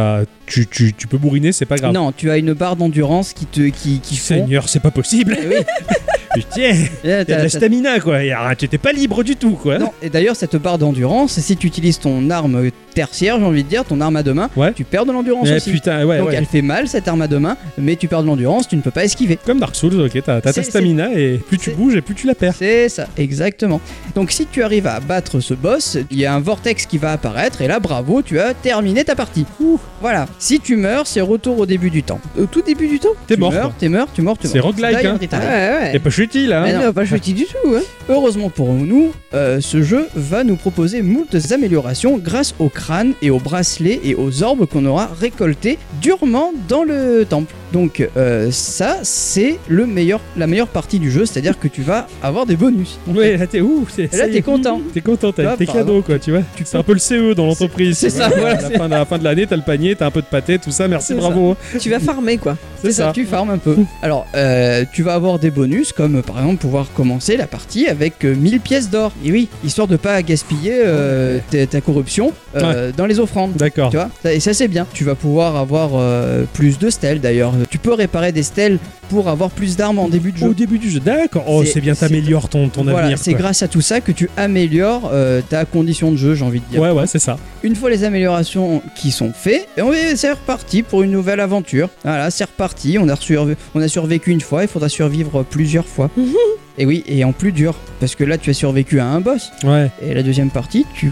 tu peux bourriner, c'est pas grave. Non, tu as une barre d'endurance qui fond. Seigneur, c'est pas possible. Eh oui. Putain, il y a de la stamina, quoi. Tu n'étais pas libre du tout, quoi. Non, et d'ailleurs, cette barre d'endurance, si tu utilises ton arme tertiaire, j'ai envie de dire, ton arme à deux mains, Ouais. tu perds de l'endurance aussi. Putain, ouais, Donc ouais. elle fait mal cette arme à deux mains, mais tu perds de l'endurance, tu ne peux pas esquiver. Comme Dark Souls, ok, t'as ta C'est- stamina et plus tu c'est- bouges et plus tu la perds. C'est ça, exactement. Donc si tu arrives à battre ce boss, il y a un vortex qui va apparaître et là, bravo, tu as terminé ta partie. Voilà. Si tu meurs, c'est retour au début du temps. Au tout début du temps. T'es Tu meurs, meurs, quoi. tu meurs. C'est roguelike, hein. Ouais, ouais. T'es pas chutis, là. Mais Hein. non. Pas chouette du tout. Hein. Heureusement pour nous, ce jeu va nous proposer moult améliorations grâce aux crânes et aux bracelets et aux orbes qu'on aura récoltés durement dans le temple. Donc ça, c'est la meilleure partie du jeu, c'est-à-dire que tu vas avoir des bonus. Ouais, là t'es où Et là, t'es content. T'es content, t'as Hop, tes cadeaux, quoi, tu vois. C'est un peu le CE dans l'entreprise. c'est ça, À voilà, la fin de l'année, t'as le panier, t'as un peu de pâté, tout ça. Merci, C'est bravo. Tu vas farmer quoi. C'est ça, tu farmes un peu. Alors, tu vas avoir des bonus, comme par exemple pouvoir commencer la partie avec 1000 pièces d'or. Et oui, histoire de pas gaspiller ta corruption dans les offrandes. D'accord. Tu vois, et ça c'est bien. Tu vas pouvoir avoir plus de stèles d'ailleurs. Tu peux réparer des stèles pour avoir plus d'armes en début de jeu. Au début du jeu, d'accord. Oh, c'est bien, t'améliores ton Voilà, avenir. c'est quoi. grâce à tout ça que tu améliores ta condition de jeu, j'ai envie de dire. Ouais, c'est ça. Une fois les améliorations qui sont faites, c'est reparti pour une nouvelle aventure. Voilà, c'est reparti. On a survécu une fois, il faudra survivre plusieurs fois. Et oui, et en plus dur, parce que là tu as survécu à un boss. Ouais. Et la deuxième partie, tu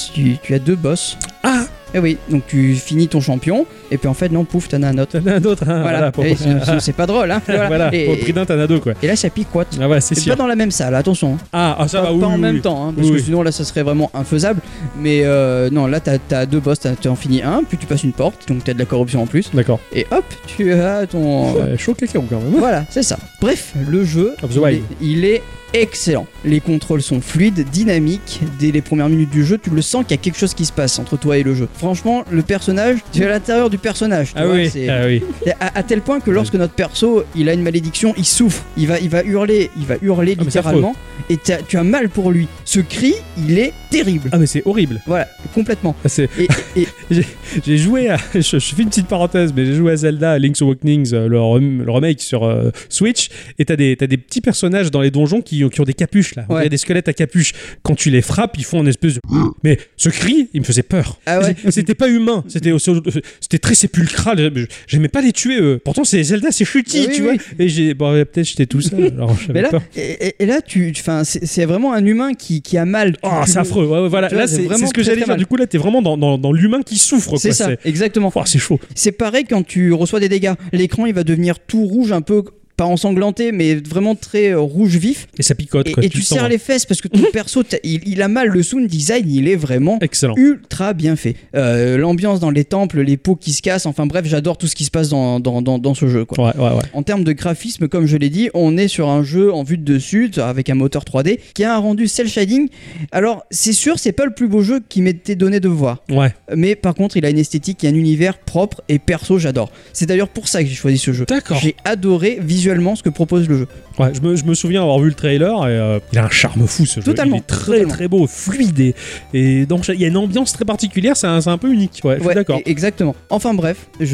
as deux boss. Ah, Et oui, donc tu finis ton champion, et puis en fait, non, pouf, t'en as un autre. t'en as un autre. Hein, Voilà, pour... Et c'est pas drôle, hein. voilà, Et, au prix d'un, t'en as deux, quoi. et là, ça picote. Ah ouais, c'est C'est sûr. pas dans la même salle, attention. Hein. Ah, ça Pas, va, oui. pas en oui, même oui. temps, hein, parce Oui, que oui. sinon là ça serait vraiment infaisable. Mais non, là t'as deux boss, t'en finis un, puis tu passes une porte, donc t'as de la corruption en plus. D'accord. Et hop, tu as ton. Chaud cacao, quand même. Voilà, c'est ça. Bref, le jeu, Of the Wild. il est excellent. Les contrôles sont fluides, dynamiques. Dès les premières minutes du jeu, tu le sens qu'il y a quelque chose qui se passe entre toi et le jeu. Franchement, le personnage, tu es à l'intérieur du personnage. Tu Ah vois, oui, c'est- ah oui. à tel point que lorsque notre perso il a une malédiction, il souffre, il va hurler Ah, mais c'est littéralement, et tu as mal pour lui. Ce cri, il est terrible. Ah, mais c'est horrible. Voilà, complètement. Ah, c'est... Et J'ai joué à. Je fais une petite parenthèse, mais j'ai joué à Zelda, à Link's Awakening, le remake sur Switch, et t'as des petits personnages dans les donjons qui ont des capuches, là. On Ouais. dirait des squelettes à capuche. Quand tu les frappes, ils font une espèce de. Mais ce cri, il me faisait peur. Ah ouais. C'était pas humain, c'était très sépulcral. J'aimais pas les tuer, eux. Pourtant, c'est Zelda, c'est chutis, Oui, tu oui. vois. Et peut-être j'étais tout seul. Alors, j'avais mais là, peur. et là, c'est vraiment un humain qui a mal. Oh, Tu c'est le- affreux. Ouais, voilà. tu vois, Là, c'est c'est vraiment ce que très, j'allais très dire. mal. Du coup, là, t'es vraiment dans l'humain qui souffre. C'est quoi. ça, exactement. Oh, c'est chaud. C'est pareil quand tu reçois des dégâts. L'écran, il va devenir tout rouge, un peu pas ensanglanté, mais vraiment très rouge vif. Et ça picote, Et, quoi. et tu le sens, serres hein. les fesses parce que ton perso, il a mal. Le sound design, il est vraiment Excellent. ultra bien fait. L'ambiance dans les temples, les pots qui se cassent, enfin bref, j'adore tout ce qui se passe dans ce jeu, quoi. Ouais. En termes de graphisme, comme je l'ai dit, on est sur un jeu en vue de dessus avec un moteur 3D qui a un rendu cel shading. Alors, c'est sûr, c'est pas le plus beau jeu qui m'était donné de voir. Ouais. Mais par contre, il a une esthétique et un univers propre et perso, j'adore. C'est d'ailleurs pour ça que j'ai choisi ce jeu. D'accord. J'ai adoré visuellement ce que propose le jeu. Ouais, je me souviens avoir vu le trailer et il a un charme fou ce jeu. Totalement, Il est très totalement. très beau, fluide et donc il y a une ambiance très particulière, c'est un peu unique. Ouais, je suis d'accord. Exactement. Enfin bref, il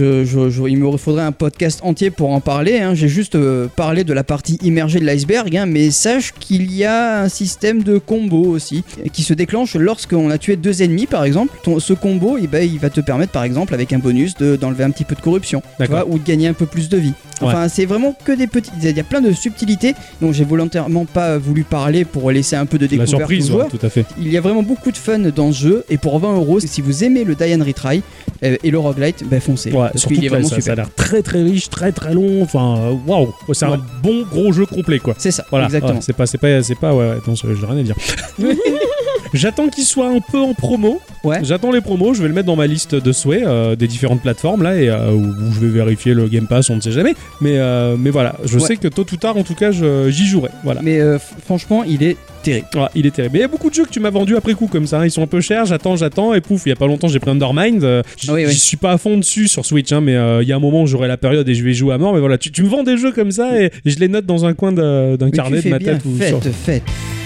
me faudrait un podcast entier pour en parler. Hein. J'ai juste parlé de la partie immergée de l'iceberg, hein, mais sache qu'il y a un système de combo aussi qui se déclenche lorsqu'on a tué 2 ennemis par exemple. Ce combo, il va te permettre par exemple avec un bonus d'enlever un petit peu de corruption, tu D'accord. vois, ou de gagner un peu plus de vie. Enfin, c'est vraiment que il y a plein de subtilités dont j'ai volontairement pas voulu parler pour laisser un peu de La découverte surprise, aux joueurs. ouais, tout à fait. Il y a vraiment beaucoup de fun dans ce jeu et pour 20€, si vous aimez le Die and Retry et le roguelite, foncez. Ouais, parce surtout qu'il est que vraiment ça a super. l'air très très riche, très très long. Enfin, waouh, c'est un bon gros jeu complet quoi. C'est ça, Voilà, exactement. ouais, c'est pas, ouais, attends, j'ai rien à dire. J'attends qu'il soit un peu en promo. Ouais. J'attends les promos, je vais le mettre dans ma liste de souhaits des différentes plateformes là et où je vais vérifier le Game Pass, on ne sait jamais. Mais voilà, je sais que tôt ou tard, en tout cas, j'y jouerai. Voilà. Mais franchement, il est terrible. Ouais, il est terrible. Mais il y a beaucoup de jeux que tu m'as vendus après coup comme ça. Ils sont un peu chers, j'attends, et pouf, il y a pas longtemps j'ai pris Undermind. J'y suis pas à fond dessus sur Switch, hein, mais il y a un moment où j'aurai la période et je vais jouer à mort. Mais voilà, tu me vends des jeux comme ça et je les note dans un coin d'un carnet de ma tête. Faites.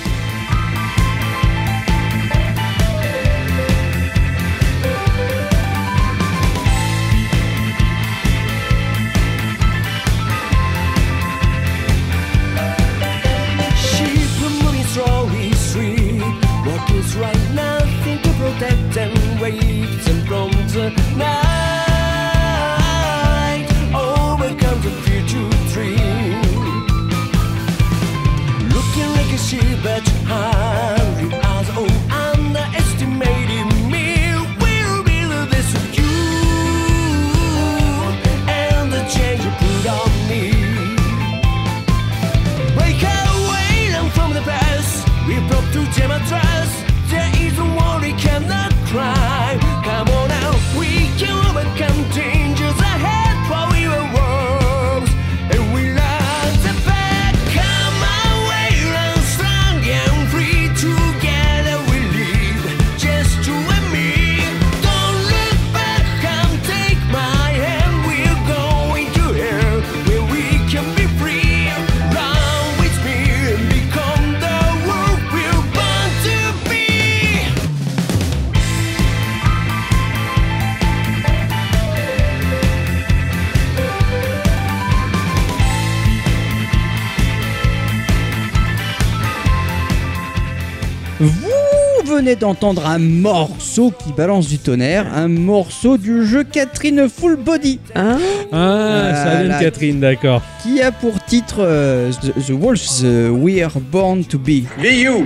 Vous venez d'entendre un morceau qui balance du tonnerre, un morceau du jeu Catherine Full Body. Ah, ça vient de Catherine, d'accord. Qui a pour titre The Wolves We're Born to Be. Be you,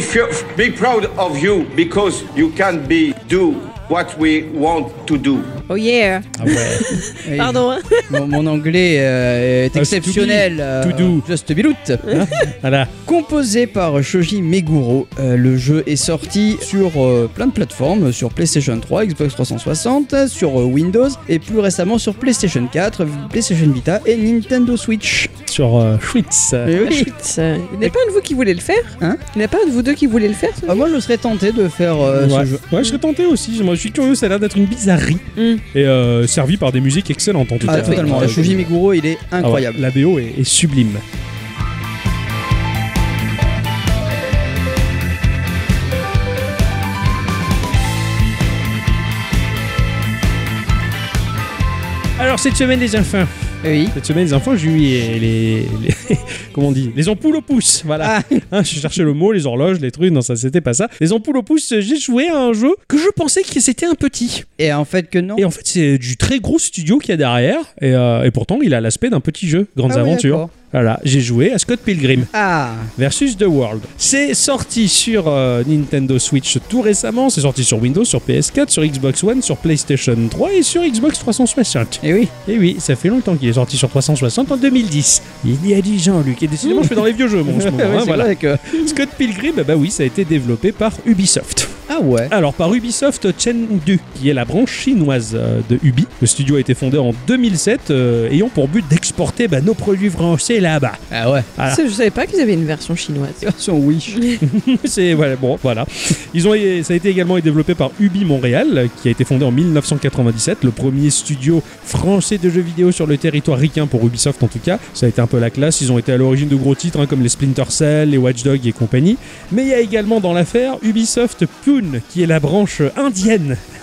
be proud of you, because you can do what we want to do. oh yeah. Ah ouais. Pardon. Hein. Mon anglais est exceptionnel. To do. Just Bilout. Voilà. Composé par Shoji Meguro, le jeu est sorti sur plein de plateformes, sur PlayStation 3, Xbox 360, sur Windows et plus récemment sur PlayStation 4, PlayStation Vita et Nintendo Switch. Sur Schwitz. Eh oui. Il n'y a pas un de vous qui voulait le faire Hein? Il n'y a pas un de vous deux qui voulait le faire Moi je serais tenté de faire Ouais. ce jeu. Ouais, je serais tenté aussi. Moi, je suis curieux. Ça a l'air d'être une bizarrerie et servi par des musiques excellentes en tout cas. Totalement. Shoji Meguro, il est incroyable. Ah ouais, la BO est sublime. Alors cette semaine les enfants. Oui. Cette semaine les enfants j'ai eu les comment on dit, les ampoules au pouce, voilà. Hein, je cherchais le mot, les horloges, les trucs, non ça c'était pas ça. Les ampoules au pouce, j'ai joué à un jeu que je pensais que c'était un petit. Et en fait que non. Et en fait c'est du très gros studio qu'il y a derrière et pourtant il a l'aspect d'un petit jeu, Grandes Ah oui, Aventures. d'accord. Voilà, j'ai joué à Scott Pilgrim Ah. versus The World. C'est sorti sur Nintendo Switch tout récemment, c'est sorti sur Windows, sur PS4, sur Xbox One, sur PlayStation 3 et sur Xbox 360. Et oui. Et oui, ça fait longtemps qu'il est sorti sur 360 en 2010. Il y a 10 ans, Luc. Et décidément, je fais dans les vieux jeux, moi, en ce moment. Ouais, hein, c'est voilà. vrai que... Scott Pilgrim, bah oui, ça a été développé par Ubisoft. Ah ouais. Alors, par Ubisoft Chengdu, qui est la branche chinoise de Ubi. Le studio a été fondé en 2007, ayant pour but d'exporter nos produits français là-bas. Ah ouais. Voilà. Ça, je savais pas qu'ils avaient une version chinoise. Version Wish. C'est voilà, bon, voilà. Ça a été également développé par Ubi Montréal, qui a été fondé en 1997, le premier studio français de jeux vidéo sur le territoire ricain pour Ubisoft en tout cas. Ça a été un peu la classe. Ils ont été à l'origine de gros titres comme les Splinter Cell, les Watch Dogs et compagnie. Mais il y a également dans l'affaire Ubisoft Pune, qui est la branche indienne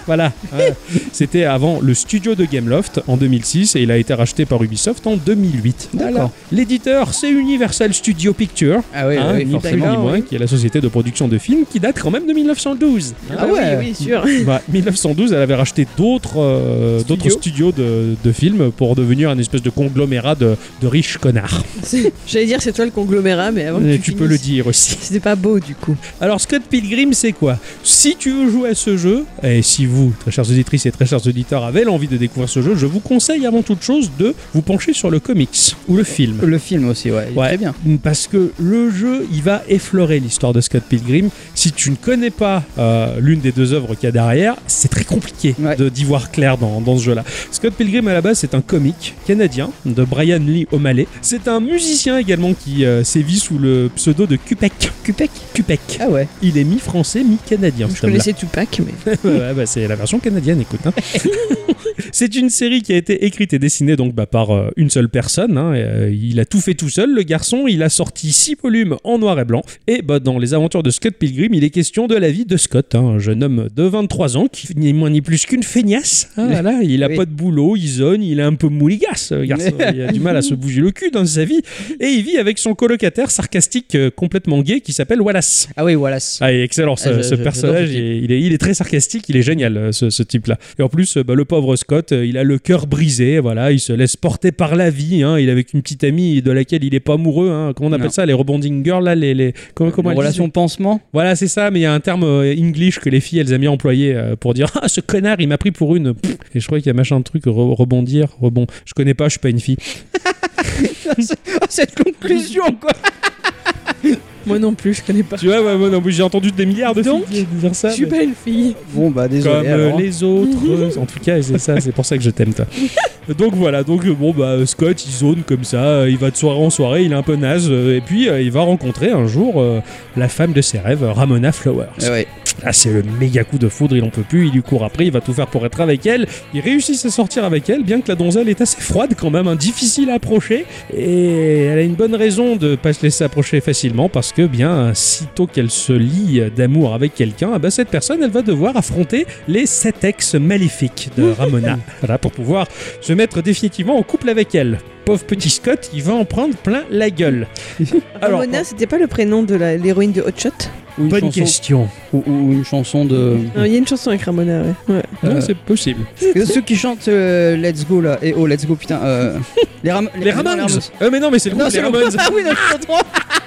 Voilà. C'était avant le studio de Gameloft en 2006 et il a été racheté par Ubisoft en 2008. D'accord. L'éditeur, c'est Universal Studio Pictures. Ah oui, oui, ni forcément. plus ni moins, qui est la société de production de films qui date quand même de 1912. Ah ouais. Oui, sûr. 1912, elle avait racheté d'autres studios de films pour devenir un espèce de conglomérat de riches connards. J'allais dire c'est toi le conglomérat, mais avant que Tu peux le dire aussi. C'était pas beau du coup. Alors Scott Pilgrim, c'est quoi? Si tu veux jouer à ce jeu, et si vous, très chères auditrices et très chers auditeurs, avez l'envie de découvrir ce jeu, je vous conseille avant toute chose de vous pencher sur le comics ou le film. Le film aussi, ouais, il est très bien. Parce que le jeu, il va effleurer l'histoire de Scott Pilgrim. Si tu ne connais pas l'une des deux œuvres qu'il y a derrière, c'est très compliqué d'y voir clair dans ce jeu-là. Scott Pilgrim, à la base, c'est un comique canadien de Brian Lee O'Malley. C'est un musicien également qui sévit sous le pseudo de Cupek. Cupek. Ah ouais. Il est mi-français, mi-canadien. Je connaissais Tupac, mais... Ouais, c'est la version canadienne, écoute. Hein. C'est une série qui a été écrite et dessinée donc par une seule personne. Hein. Il a tout fait tout seul, le garçon. Il a sorti 6 volumes en noir et blanc. Et dans les aventures de Scott Pilgrim, il est question de la vie de Scott, hein, un jeune homme de 23 ans qui n'est moins ni plus qu'une feignasse. Hein, voilà. Il a pas de boulot, il zone, il est un peu mouligasse, garçon. Il a du mal à se bouger le cul dans sa vie. Et il vit avec son colocataire sarcastique complètement gay qui s'appelle Wallace. Ah oui, Wallace. Ah, il est excellent ce personnage. Il est très sarcastique, il est génial ce type-là. Et en plus, le pauvre Scott, il a le cœur brisé, voilà, il se laisse porter par la vie. Hein, il est avec une petite amie de laquelle il est pas amoureux. Hein, comment on appelle ça, les rebonding girls là, comment relation pansement. Voilà, c'est ça. Mais il y a un terme English que les filles elles aiment bien employer pour dire ah ce connard il m'a pris pour une. Et je crois qu'il y a machin de truc rebondir. Je connais pas, je suis pas une fille. Cette conclusion quoi. Moi non plus, je connais pas. Tu vois, moi non plus, j'ai entendu des milliards de filles dire ça. Je suis pas une fille. Bon bah désolé. Comme alors. les autres. En tout cas, c'est ça, c'est pour ça que je t'aime, toi. Donc voilà, Scott il zone comme ça, il va de soirée en soirée, il est un peu naze, et puis il va rencontrer un jour la femme de ses rêves, Ramona Flowers. Ouais. Là, c'est le méga coup de foudre, il en peut plus, il lui court après, il va tout faire pour être avec elle. Il réussit à sortir avec elle, bien que la donzelle est assez froide quand même, hein, difficile à approcher. Et elle a une bonne raison de pas se laisser approcher facilement, parce que bien, sitôt qu'elle se lie d'amour avec quelqu'un, cette personne, elle va devoir affronter les 7 ex maléfiques de Ramona. Voilà, pour pouvoir se mettre définitivement en couple avec elle. Pauvre petit Scott, il va en prendre plein la gueule. Alors, Ramona, c'était pas le prénom de l'héroïne de Hot Shot? bonne question. Ou une chanson de... Il y a une chanson avec Ramona, ouais. Non, c'est possible. Ceux qui chantent Let's Go là, et oh Let's Go putain, les Ramones. Mais non, mais c'est le groupe, les Ramones. Ah oui, d'accord.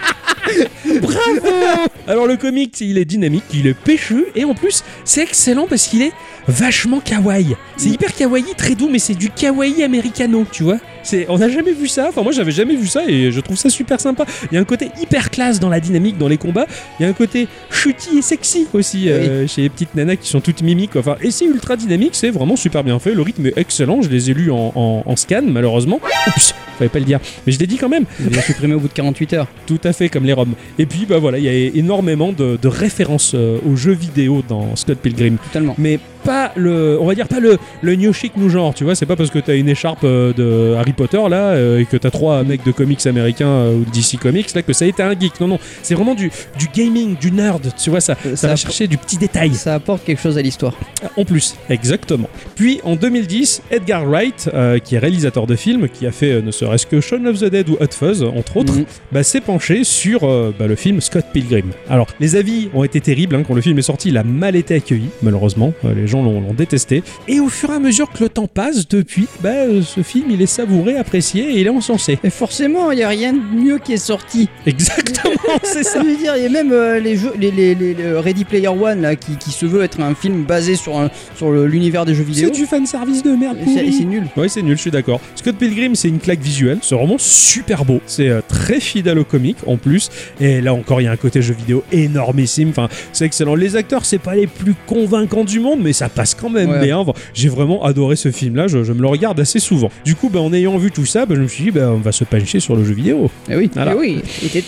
Bravo. Alors le comic, il est dynamique, il est péchu, et en plus, c'est excellent parce qu'il est vachement kawaii. C'est hyper kawaii, très doux, mais c'est du kawaii americano, tu vois. On n'a jamais vu ça, enfin moi j'avais jamais vu ça et je trouve ça super sympa. Il y a un côté hyper classe dans la dynamique, dans les combats. Il y a un côté chutis et sexy aussi chez les petites nanas qui sont toutes mimiques. Enfin, et c'est ultra dynamique, c'est vraiment super bien fait. Le rythme est excellent, je les ai lus en scan malheureusement. Oups, fallait pas le dire, mais je l'ai dit quand même. Il a supprimé au bout de 48 heures. Tout à fait, comme les roms. Et puis voilà, il y a énormément de références aux jeux vidéo dans Scott Pilgrim. Totalement. Mais pas on va dire pas le new chic new genre, tu vois, c'est pas parce que t'as une écharpe de Harry Potter là et que t'as 3 mecs de comics américains ou de DC Comics là que ça a été un geek. Non, c'est vraiment du gaming, du nerd, tu vois, ça va chercher du petit détail. Ça apporte quelque chose à l'histoire. En plus, exactement. Puis en 2010, Edgar Wright, qui est réalisateur de films, qui a fait ne serait-ce que Shaun of the Dead ou Hot Fuzz, entre autres, s'est penché sur le film Scott Pilgrim. Alors, les avis ont été terribles, hein, quand le film est sorti, il a mal été accueilli, malheureusement. Les gens l'ont détesté. Et au fur et à mesure que le temps passe, depuis, ce film, il est savouré, apprécié et il est encensé. Et forcément, il n'y a rien de mieux qui est sorti. Exactement, c'est ça. Je veux dire, il y a même les jeux, les Ready Player One là, qui se veut être un film basé sur l'univers des jeux vidéo. C'est du fanservice de merde. C'est nul. Ouais, c'est nul, je suis d'accord. Scott Pilgrim, c'est une claque visuelle. C'est vraiment super beau. C'est très fidèle au comic en plus. Et là encore, il y a un côté jeu vidéo énormissime. Enfin, c'est excellent. Les acteurs, c'est pas les plus convaincants du monde, mais ça passe quand même bien. Enfin, j'ai vraiment adoré ce film-là. Je me le regarde assez souvent. Du coup, en ayant vu tout ça, je me suis dit, on va se pencher sur le jeu vidéo. Et oui. Voilà. Et oui, il était temps.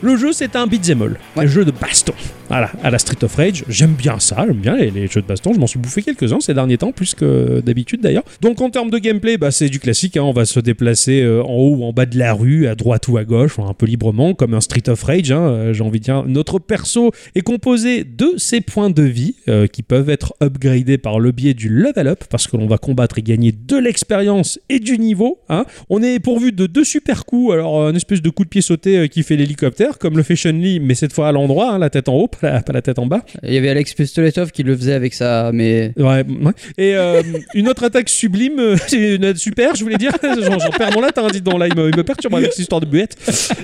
Le jeu, c'est un beat'em all, un jeu de baston. Voilà, à la Street of Rage, j'aime bien ça, j'aime bien les jeux de baston, je m'en suis bouffé quelques-uns ces derniers temps, plus que d'habitude d'ailleurs. Donc en termes de gameplay, c'est du classique, hein, on va se déplacer en haut ou en bas de la rue, à droite ou à gauche, un peu librement, comme un Street of Rage, hein, j'ai envie de dire. Notre perso est composé de ses points de vie, qui peuvent être upgradés par le biais du level up, parce que l'on va combattre et gagner de l'expérience et du niveau. Hein. On est pourvu de 2 super coups, alors une espèce de coup de pied sauté qui fait l'hélicoptère, comme le fait Chun-Li, mais cette fois à l'endroit, hein, la tête en haut, pas la tête en bas. Il y avait Alex Pistoletov qui le faisait avec ça, mais... Ouais. Et une autre attaque sublime, super, je voulais dire, j'en perds mon latin, dis donc, là, il me perturbe avec cette histoire de buette,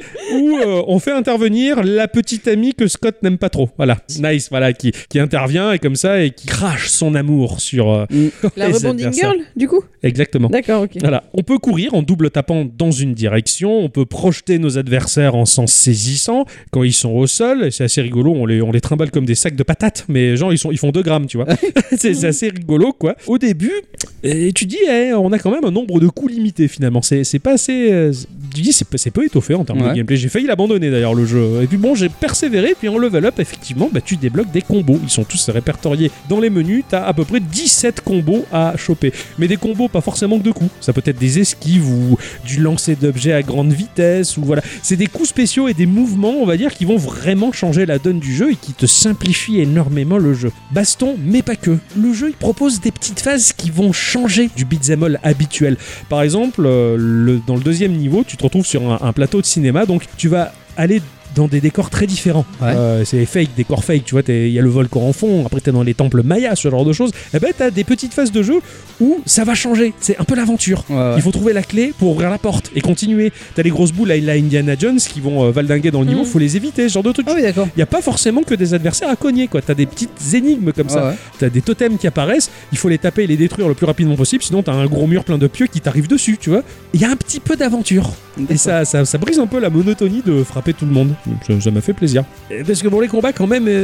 où on fait intervenir la petite amie que Scott n'aime pas trop. Voilà, Nice, voilà, qui intervient et comme ça, et qui crache son amour sur... La rebonding girl, du coup. Exactement. D'accord, ok. Voilà. On peut courir en double tapant dans une direction, on peut projeter nos adversaires en s'en saisissant quand ils sont au sol, et c'est assez rigolo, on les trimballe comme des sacs de patates, mais genre ils font 2 grammes, tu vois. c'est assez rigolo, quoi. Au début, tu dis, on a quand même un nombre de coups limité, finalement. C'est pas assez... tu dis, c'est peu étoffé en termes de gameplay. J'ai failli l'abandonner, d'ailleurs, le jeu. Et puis bon, j'ai persévéré, puis en level up, effectivement, tu débloques des combos. Ils sont tous répertoriés dans les menus. T'as à peu près 17 combos à choper. Mais des combos, pas forcément que de coups. Ça peut être des esquives ou du lancer d'objets à grande vitesse, ou voilà. C'est des coups spéciaux et des mouvements, on va dire, qui vont vraiment changer la donne du jeu et qui te simplifient énormément le jeu. Baston, mais pas que. Le jeu, il propose des petites phases qui vont changer du beat'em all habituel. Par exemple, dans le 2e niveau, tu te retrouves sur un plateau de cinéma, donc tu vas aller dans des décors très différents. C'est fake, décors fake, tu vois, il y a le volcan en fond, après t'es dans les temples mayas, ce genre de choses. Et t'as des petites phases de jeu où ça va changer, c'est un peu l'aventure. Il faut trouver la clé pour ouvrir la porte et continuer. T'as les grosses boules à Indiana Jones qui vont valdinguer dans le niveau, faut les éviter, ce genre de trucs. D'accord. Il y a pas forcément que des adversaires à cogner, quoi. T'as des petites énigmes comme ça. T'as des totems qui apparaissent, il faut les taper et les détruire le plus rapidement possible, sinon t'as un gros mur plein de pieux qui t'arrive dessus, tu vois. Il y a un petit peu d'aventure. Et ça brise un peu la monotonie de frapper tout le monde. Ça m'a fait plaisir. Parce que bon, les combats quand même,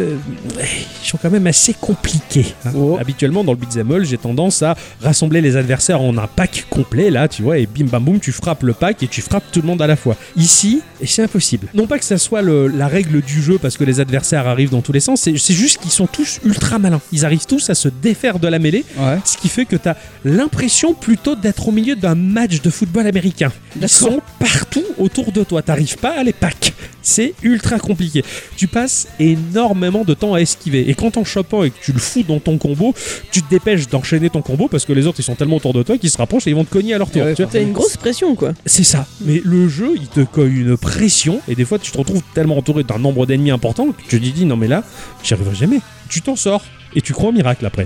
ils sont quand même assez compliqués. Hein. Habituellement, dans le beat'em all, j'ai tendance à rassembler les adversaires en un pack complet, là, tu vois, et bim bam boum, tu frappes le pack et tu frappes tout le monde à la fois. Ici, c'est impossible. Non pas que ça soit la règle du jeu parce que les adversaires arrivent dans tous les sens, c'est juste qu'ils sont tous ultra malins. Ils arrivent tous à se défaire de la mêlée, ce qui fait que t'as l'impression plutôt d'être au milieu d'un match de football américain. Ils sont partout autour de toi, t'arrives pas à les pack. C'est ultra compliqué. Tu passes énormément de temps à esquiver. Et quand t'en chopes un et que tu le fous dans ton combo, tu te dépêches d'enchaîner ton combo parce que les autres ils sont tellement autour de toi qu'ils se rapprochent et ils vont te cogner à leur tour. T'as une grosse pression, quoi. C'est ça. Mais le jeu, il te cogne une pression et des fois tu te retrouves tellement entouré d'un nombre d'ennemis important que tu te dis non mais là, j'y arriverai jamais. Tu t'en sors. Et tu crois au miracle après.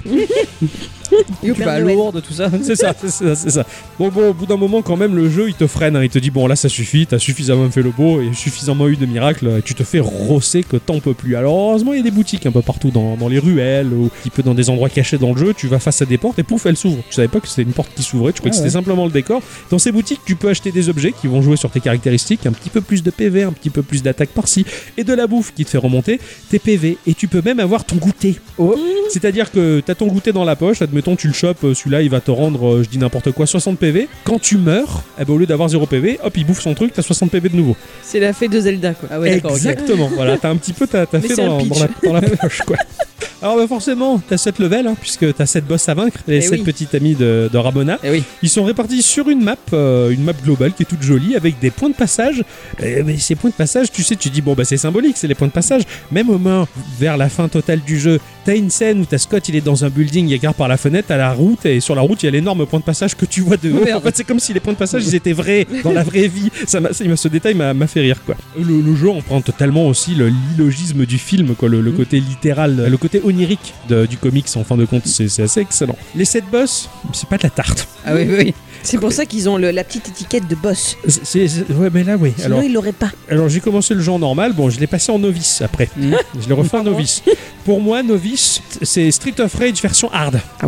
Tu vas à Lourdes, tout ça. C'est ça. Bon, au bout d'un moment, quand même, le jeu, il te freine. Hein. Il te dit, bon, là, ça suffit, t'as suffisamment fait le beau et suffisamment eu de miracles. Et tu te fais rosser que t'en peux plus. Alors, heureusement, il y a des boutiques un peu partout dans les ruelles ou un petit peu dans des endroits cachés dans le jeu. Tu vas face à des portes et pouf, elles s'ouvrent. Tu savais pas que c'était une porte qui s'ouvrait. Tu croyais que c'était simplement le décor. Dans ces boutiques, tu peux acheter des objets qui vont jouer sur tes caractéristiques. Un petit peu plus de PV, un petit peu plus d'attaque par-ci. Et de la bouffe qui te fait remonter tes PV. Et tu peux même avoir ton goûter. C'est-à-dire que t'as ton goûter dans la poche, admettons tu le chopes, celui-là il va te rendre, je dis n'importe quoi, 60 PV. Quand tu meurs, au lieu d'avoir 0 PV, hop, il bouffe son truc, t'as 60 PV de nouveau. C'est la fée de Zelda, quoi. Ah ouais, d'accord. Exactement, voilà, t'as un petit peu ta fée dans la poche, quoi. Alors forcément, t'as 7 levels, hein, puisque t'as 7 boss à vaincre, les 7 petites amies de Ramona. Ils sont répartis sur une map globale qui est toute jolie, avec des points de passage. Mais ces points de passage, tu sais, tu dis, bon, c'est symbolique, c'est les points de passage. Même au moins, vers la fin totale du jeu, t'as une scène où t'as Scott, il est dans un building, il regarde par la fenêtre, t'as la route, et sur la route, il y a l'énorme point de passage que tu vois de haut. En fait, c'est comme si les points de passage, ils étaient vrais, dans la vraie vie. Ce détail m'a fait rire, quoi. Le jeu emprunte totalement aussi l'illogisme du film, quoi, le côté littéral, le côté onirique du comics, en fin de compte, c'est assez excellent. Les 7 boss, c'est pas de la tarte. Ah oui. C'est pour ça qu'ils ont la petite étiquette de boss. Ouais, mais là, oui. Sinon, ils l'auraient pas. Alors, j'ai commencé le jeu en normal. Bon, je l'ai passé en novice après. Je l'ai refait en novice. Pour moi, novice, c'est Street of Rage version hard. Ah ouais.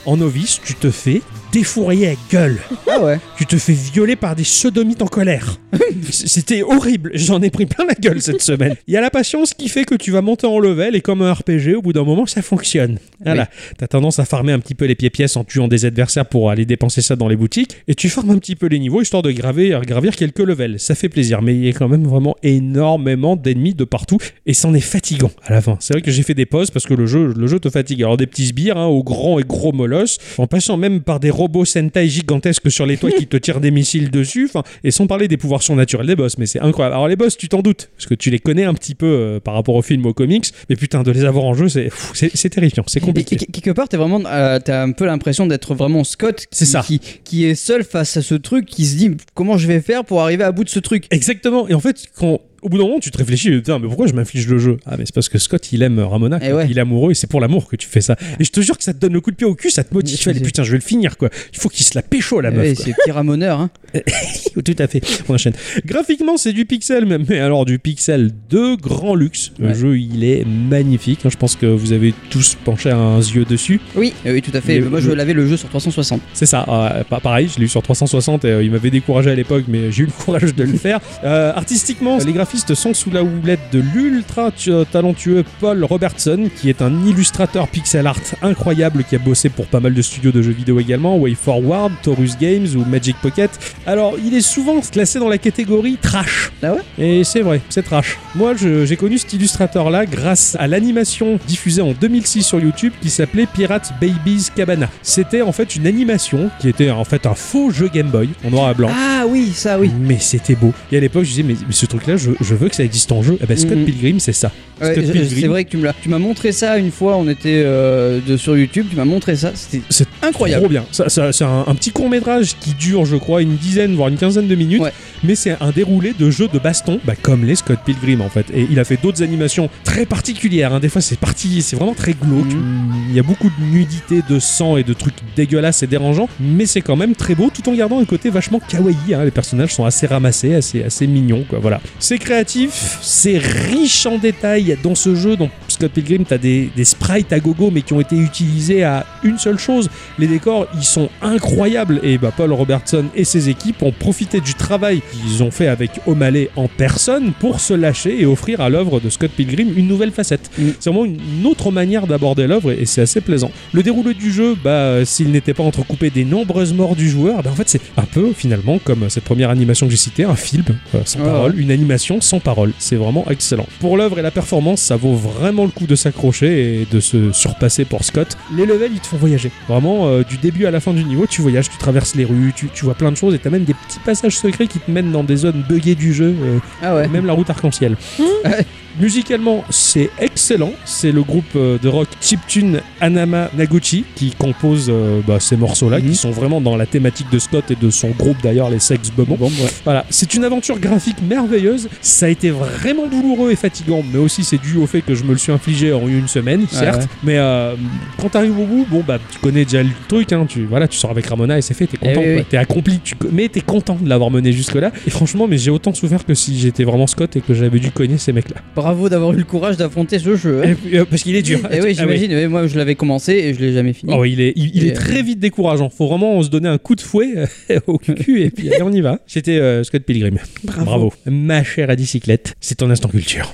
en novice, tu te fais défourailler à gueule. Ah ouais. Tu te fais violer par des sodomites en colère. C'était horrible. J'en ai pris plein la gueule cette semaine. Il y a la patience qui fait que tu vas monter en level et comme un RPG, au bout d'un moment, ça fonctionne. Voilà. Oui. T'as tendance à farmer un petit peu les pieds-pièces en tuant des adversaires pour aller dépenser ça dans les boutiques et tu farmes un petit peu les niveaux histoire de gravir quelques levels. Ça fait plaisir, mais il y a quand même vraiment énormément d'ennemis de partout et c'en est fatigant à la fin. C'est vrai que j'ai fait des pauses parce que le jeu te fatigue. Alors des petits sbires aux grands et gros molosses, en passant même par des robots Sentai gigantesques sur les toits qui te tirent des missiles dessus, et sans parler des pouvoirs surnaturels des boss, mais c'est incroyable. Alors les boss, tu t'en doutes, parce que tu les connais un petit peu par rapport au film, aux comics, mais putain, de les avoir en jeu, c'est terrifiant, c'est compliqué. Quelque part, t'as un peu l'impression d'être vraiment Scott qui est seul face à ce truc, qui se dit comment je vais faire pour arriver à bout de ce truc. Exactement, et en fait, au bout d'un moment, tu te réfléchis, mais pourquoi je m'inflige le jeu ? Ah, mais c'est parce que Scott, il aime Ramona, ouais. Il est amoureux et c'est pour l'amour que tu fais ça. Et je te jure que ça te donne le coup de pied au cul, ça te motive. Putain, je vais le finir, quoi. Il faut qu'il se la pécho, la meuf. C'est petit ramoneur, hein. Tout à fait. On enchaîne. Graphiquement, c'est du pixel, mais alors du pixel de grand luxe. Le jeu, il est magnifique. Je pense que vous avez tous penché un yeux dessus. Oui, tout à fait. Moi, je l'avais le jeu sur 360. C'est ça. Pareil, je l'ai eu sur 360 et il m'avait découragé à l'époque, mais j'ai eu le courage de le faire. Artistiquement, les graphistes sont sous la houlette de l'ultra talentueux Paul Robertson, qui est un illustrateur pixel art incroyable qui a bossé pour pas mal de studios de jeux vidéo également, WayForward, Taurus Games ou Magic Pocket. Alors, il est souvent classé dans la catégorie trash. Ah ouais ? Et c'est vrai, c'est trash. Moi, j'ai connu cet illustrateur-là grâce à l'animation diffusée en 2006 sur YouTube qui s'appelait Pirate Baby's Cabana. C'était en fait une animation qui était en fait un faux jeu Game Boy en noir et blanc. Ah oui, ça oui. Mais c'était beau. Et à l'époque, je disais, mais ce truc-là, je veux que ça existe en jeu. Scott Pilgrim, c'est ça. Ouais, c'est vrai que tu m'as montré ça une fois, on était sur YouTube, tu m'as montré ça, c'est incroyable. Trop bien. C'est un petit court-métrage qui dure, je crois, une dizaine, voire une quinzaine de minutes, mais c'est un déroulé de jeux de baston, comme les Scott Pilgrim en fait. Et il a fait d'autres animations très particulières. Des fois, c'est vraiment très glauque. Il y a beaucoup de nudité, de sang et de trucs dégueulasses et dérangeants, mais c'est quand même très beau, tout en gardant un côté vachement kawaii. Les personnages sont assez ramassés, assez mignons, quoi. Voilà. C'est créatif, c'est riche en détails dans ce jeu. Dans Scott Pilgrim, t'as des sprites à gogo, mais qui ont été utilisés à une seule chose. Les décors, ils sont incroyables. Et Paul Robertson et ses équipes ont profité du travail qu'ils ont fait avec O'Malley en personne pour se lâcher et offrir à l'œuvre de Scott Pilgrim une nouvelle facette. C'est vraiment une autre manière d'aborder l'œuvre et c'est assez plaisant. Le déroulé du jeu, s'il n'était pas entrecoupé des nombreuses morts du joueur, en fait c'est un peu finalement comme cette première animation que j'ai citée, un film sans parole, une animation sans parole. C'est vraiment excellent. Pour l'œuvre et la performance, ça vaut vraiment le coup de s'accrocher et de se surpasser pour Scott. Les levels, ils te font voyager. Vraiment, du début à la fin du niveau, tu voyages, tu traverses les rues, tu vois plein de choses et t'as même des petits passages secrets qui te mènent dans des zones buggées du jeu. Même la route arc-en-ciel. Musicalement, c'est excellent. C'est le groupe de rock chiptune Anama Naguchi qui compose ces morceaux-là, qui sont vraiment dans la thématique de Scott et de son groupe d'ailleurs, les Sex Bombs. Voilà, c'est une aventure graphique merveilleuse. Ça a été vraiment douloureux et fatigant, mais aussi c'est dû au fait que je me le suis infligé en une semaine, certes. Mais quand t'arrives au bout, tu connais déjà le truc, tu sors avec Ramona et c'est fait, t'es content, t'es accompli, mais t'es content de l'avoir mené jusque-là. Et franchement, mais j'ai autant souffert que si j'étais vraiment Scott et que j'avais dû cogner ces mecs-là. Bravo d'avoir eu le courage d'affronter ce jeu. Parce qu'il est dur. J'imagine. Moi, je l'avais commencé et je l'ai jamais fini. Il est très vite décourageant. Faut vraiment se donner un coup de fouet au cul et puis allez, on y va. C'était Scott Pilgrim. Bravo. Ma chère à bicyclette, c'est ton instant culture.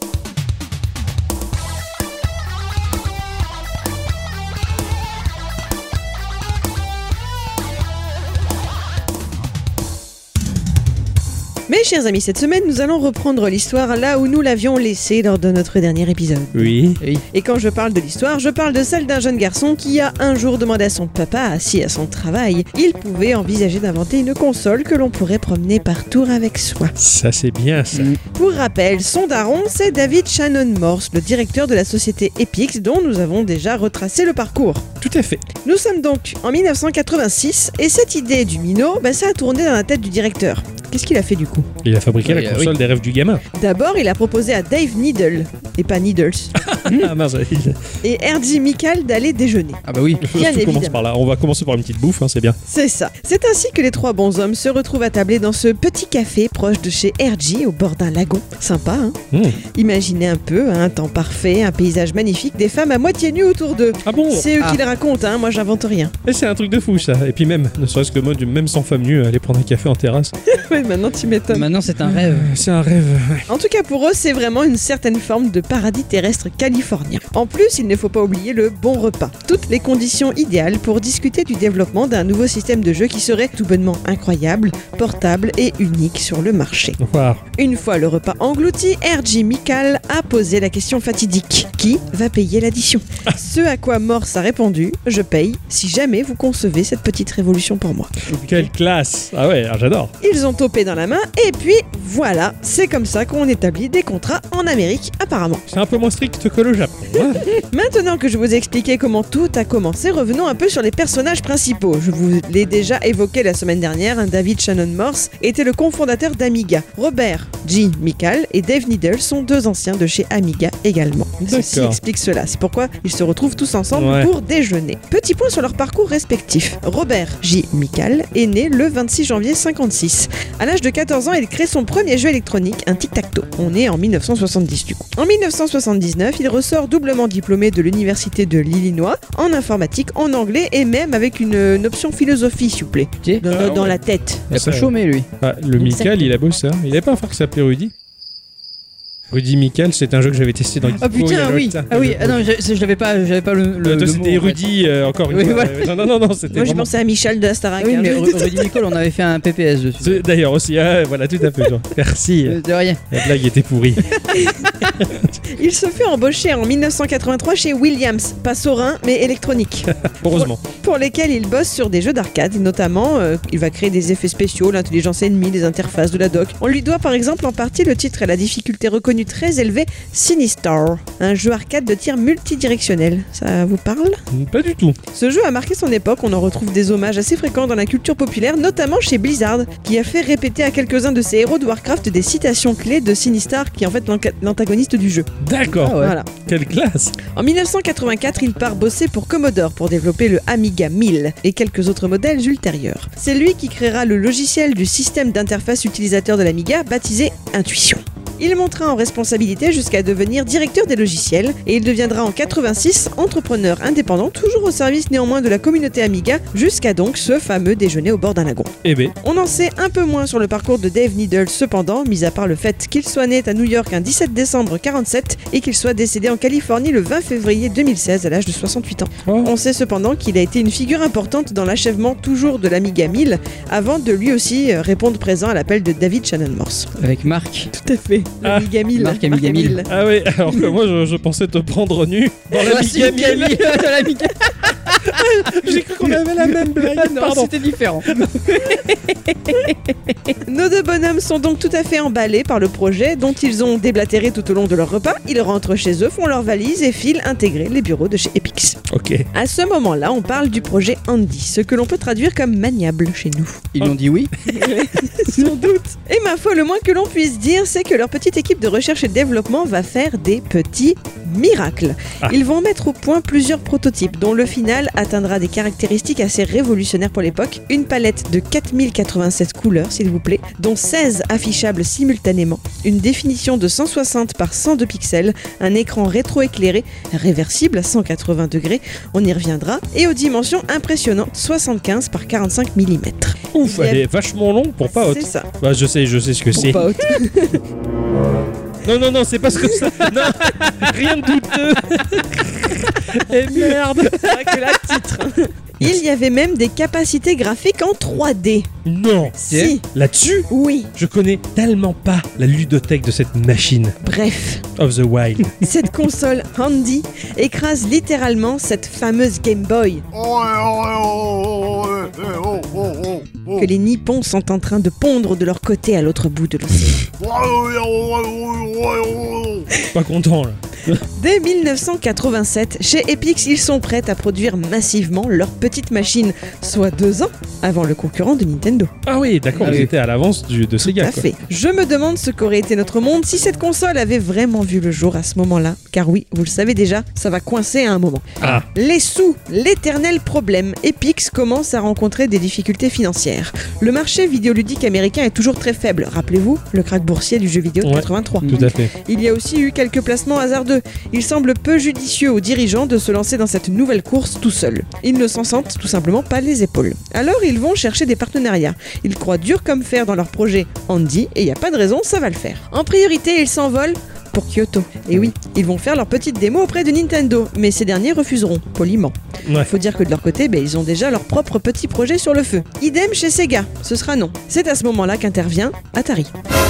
Mes chers amis, cette semaine, nous allons reprendre l'histoire là où nous l'avions laissée lors de notre dernier épisode. Oui. Et quand je parle de l'histoire, je parle de celle d'un jeune garçon qui a un jour demandé à son papa, assis à son travail, il pouvait envisager d'inventer une console que l'on pourrait promener partout avec soi. Ça, c'est bien, ça. Pour rappel, son daron, c'est David Shannon Morse, le directeur de la société Epix, dont nous avons déjà retracé le parcours. Tout à fait. Nous sommes donc en 1986, et cette idée du minot, ça a tourné dans la tête du directeur. Qu'est-ce qu'il a fait du coup ? Il a fabriqué la console des rêves du gamin. D'abord, il a proposé à Dave Needle, et pas Needles. Ah mince, Et R.J. Mikal d'aller déjeuner. Ah bah oui. Bien tout commence évidemment. par là. On va commencer par une petite bouffe, hein, c'est bien. C'est ça. C'est ainsi que les trois bonshommes se retrouvent attablés dans ce petit café proche de chez R.J. au bord d'un lagon. Sympa, hein? Imaginez un peu, un temps parfait, un paysage magnifique, des femmes à moitié nues autour d'eux. Ah bon? C'est eux qui le racontent, hein, moi j'invente rien. Et c'est un truc de fou ça. Et puis même, ne serait-ce que moi, même sans femme nue, aller prendre un café en terrasse. Ouais, maintenant tu m'étonnes. Maintenant, c'est un rêve. C'est un rêve. Ouais. En tout cas pour eux, c'est vraiment une certaine forme de paradis terrestre californien. En plus, il ne faut pas oublier le bon repas. Toutes les conditions idéales pour discuter du développement d'un nouveau système de jeu qui serait tout bonnement incroyable, portable et unique sur le marché. Wow. Une fois le repas englouti, R.J. Mikal a posé la question fatidique. Qui va payer l'addition? Ce à quoi Morse a répondu: je paye si jamais vous concevez cette petite révolution pour moi. Quelle classe. Ah ouais, j'adore. Ils ont topé dans la main et puis voilà, c'est comme ça qu'on établit des contrats en Amérique apparemment. C'est un peu moins strict que le Japon. Hein. Maintenant que je vous ai expliqué comment tout a commencé, revenons un peu sur les personnages principaux. Je vous l'ai déjà évoqué la semaine dernière, David Shannon Morse était le cofondateur d'Amiga. Robert J. Mikal et Dave Needles sont deux anciens de chez Amiga également. Ceci D'accord. explique cela, c'est pourquoi ils se retrouvent tous ensemble Ouais. pour déjeuner. Petit point sur leur parcours respectif. Robert J. Mikal est né le 26 janvier 56. À l'âge de 14 ans, il crée son premier jeu électronique, un tic-tac-toe. On est en 1970 du coup. En 1979, il ressort doublement diplômé de l'université de l'Illinois en informatique, en anglais et même avec une option philosophie, s'il vous plaît, Tiens, dans la tête. il a pas chômé lui. Ah, le Mikal, il a bossé. Hein. Il avait pas un frère qui s'appelait Rudy. Rudy Mikal, c'est un jeu que j'avais testé dans Ah Geeko il y putain, a oui. longtemps. Ah oui, ah non, j'avais pas le Toi, le c'était mot, en fait. Rudy, encore une Oui, fois. voilà. Non, c'était Moi, je vraiment... pensais à Michel de la Starac. Ah oui, hein. mais Rudy Nicole, on avait fait un PPS dessus. C'est- D'ailleurs aussi, ah, voilà, tout à fait. Toi. Merci. De rien. La blague était pourrie. Il se fait embaucher en 1983 chez Williams, pas Saurin, mais électronique, Heureusement. pour lesquels il bosse sur des jeux d'arcade. Notamment, il va créer des effets spéciaux, l'intelligence ennemie, les interfaces de la dock. On lui doit par exemple en partie le titre et la difficulté reconnue très élevée, Sinistar, un jeu arcade de tir multidirectionnel. Ça vous parle? Pas du tout. Ce jeu a marqué son époque, on en retrouve des hommages assez fréquents dans la culture populaire, notamment chez Blizzard, qui a fait répéter à quelques-uns de ses héros de Warcraft des citations clés de Sinistar, qui est en fait l'antagoniste du jeu. D'accord. Ah ouais. Voilà. Quelle classe. En 1984, il part bosser pour Commodore pour développer le Amiga 1000 et quelques autres modèles ultérieurs. C'est lui qui créera le logiciel du système d'interface utilisateur de l'Amiga baptisé Intuition. Il montera en responsabilité jusqu'à devenir directeur des logiciels et il deviendra en 86 entrepreneur indépendant, toujours au service néanmoins de la communauté Amiga, jusqu'à donc ce fameux déjeuner au bord d'un lagon. Eh ben, On en sait un peu moins sur le parcours de Dave Needles cependant, mis à part le fait qu'il soit né à New York un 17 décembre 47 et qu'il soit décédé en Californie le 20 février 2016 à l'âge de 68 ans. Oh. On sait cependant qu'il a été une figure importante dans l'achèvement toujours de l'Amiga 1000 avant de lui aussi répondre présent à l'appel de David Shannon Morse. Avec Marc. Tout à fait. L'Amiga 1000. Marc Amiga 1000. ah ouais, alors que moi je pensais te prendre nu dans la Amiga 1000. Dans l'Amiga. J'ai cru qu'on avait la même blague. Non, Pardon. c'était différent. Nos deux bonhommes sont donc tout à fait emballés par le projet dont ils ont déblatéré tout au long de leur repas. Ils rentrent chez eux, font leurs valises et filent intégrer les bureaux de chez Epix. Ok. À ce moment-là, on parle du projet Andy, ce que l'on peut traduire comme maniable chez nous. Ils ont dit oui. Sans doute. Et ma foi, le moins que l'on puisse dire, c'est que leur petite équipe de recherche et de développement va faire des petits miracles. Ils vont mettre au point plusieurs prototypes, dont le final atteindra des caractéristiques assez révolutionnaires pour l'époque. Une palette de 4087 couleurs, s'il vous plaît, dont 16 affichables simultanément, une définition de 160 par 102 pixels, un écran rétroéclairé, réversible à 180 degrés, on y reviendra, et aux dimensions impressionnantes, 75 par 45 mm. Ouf, Il y a- elle est vachement longue pour pas haute. C'est ça. Bah, je sais ce que c'est. Pas haute. Non, c'est pas ce que ça. Non, rien de douteux. Et merde. C'est vrai que là, titre. Il y avait même des capacités graphiques en 3D. Non. Si, Là-dessus, oui, je connais tellement pas la ludothèque de cette machine. bref. Of the Wild. Cette console Handy écrase littéralement cette fameuse Game Boy que les Nippons sont en train de pondre de leur côté à l'autre bout de l'océan. Pas content là. Dès 1987, chez Epix, ils sont prêts à produire massivement leur petite machine, soit 2 ans avant le concurrent de Nintendo. Ah oui, d'accord, Ah ils oui. étaient à l'avance de Sega. Tout à fait. Je me demande ce qu'aurait été notre monde si cette console avait vraiment vu le jour à ce moment-là. Car oui, vous le savez déjà, ça va coincer à un moment. Ah. Les sous, l'éternel problème. Epix commence à rencontrer des difficultés financières. Le marché vidéoludique américain est toujours très faible. Rappelez-vous, le krach boursier du jeu vidéo de Ouais. 83. Tout à fait. Il y a aussi eu quelques placements hasardeux. Il semble peu judicieux aux dirigeants de se lancer dans cette nouvelle course tout seul. Ils ne s'en sentent tout simplement pas les épaules. Alors ils vont chercher des partenariats. Ils croient dur comme fer dans leur projet Andy et il n'y a pas de raison, ça va le faire. En priorité, ils s'envolent pour Kyoto. Et oui, ils vont faire leur petite démo auprès de Nintendo, mais ces derniers refuseront, poliment. Ouais. Faut dire que de leur côté, ils ont déjà leur propre petit projet sur le feu. Idem chez Sega, ce sera non. C'est à ce moment-là qu'intervient Atari.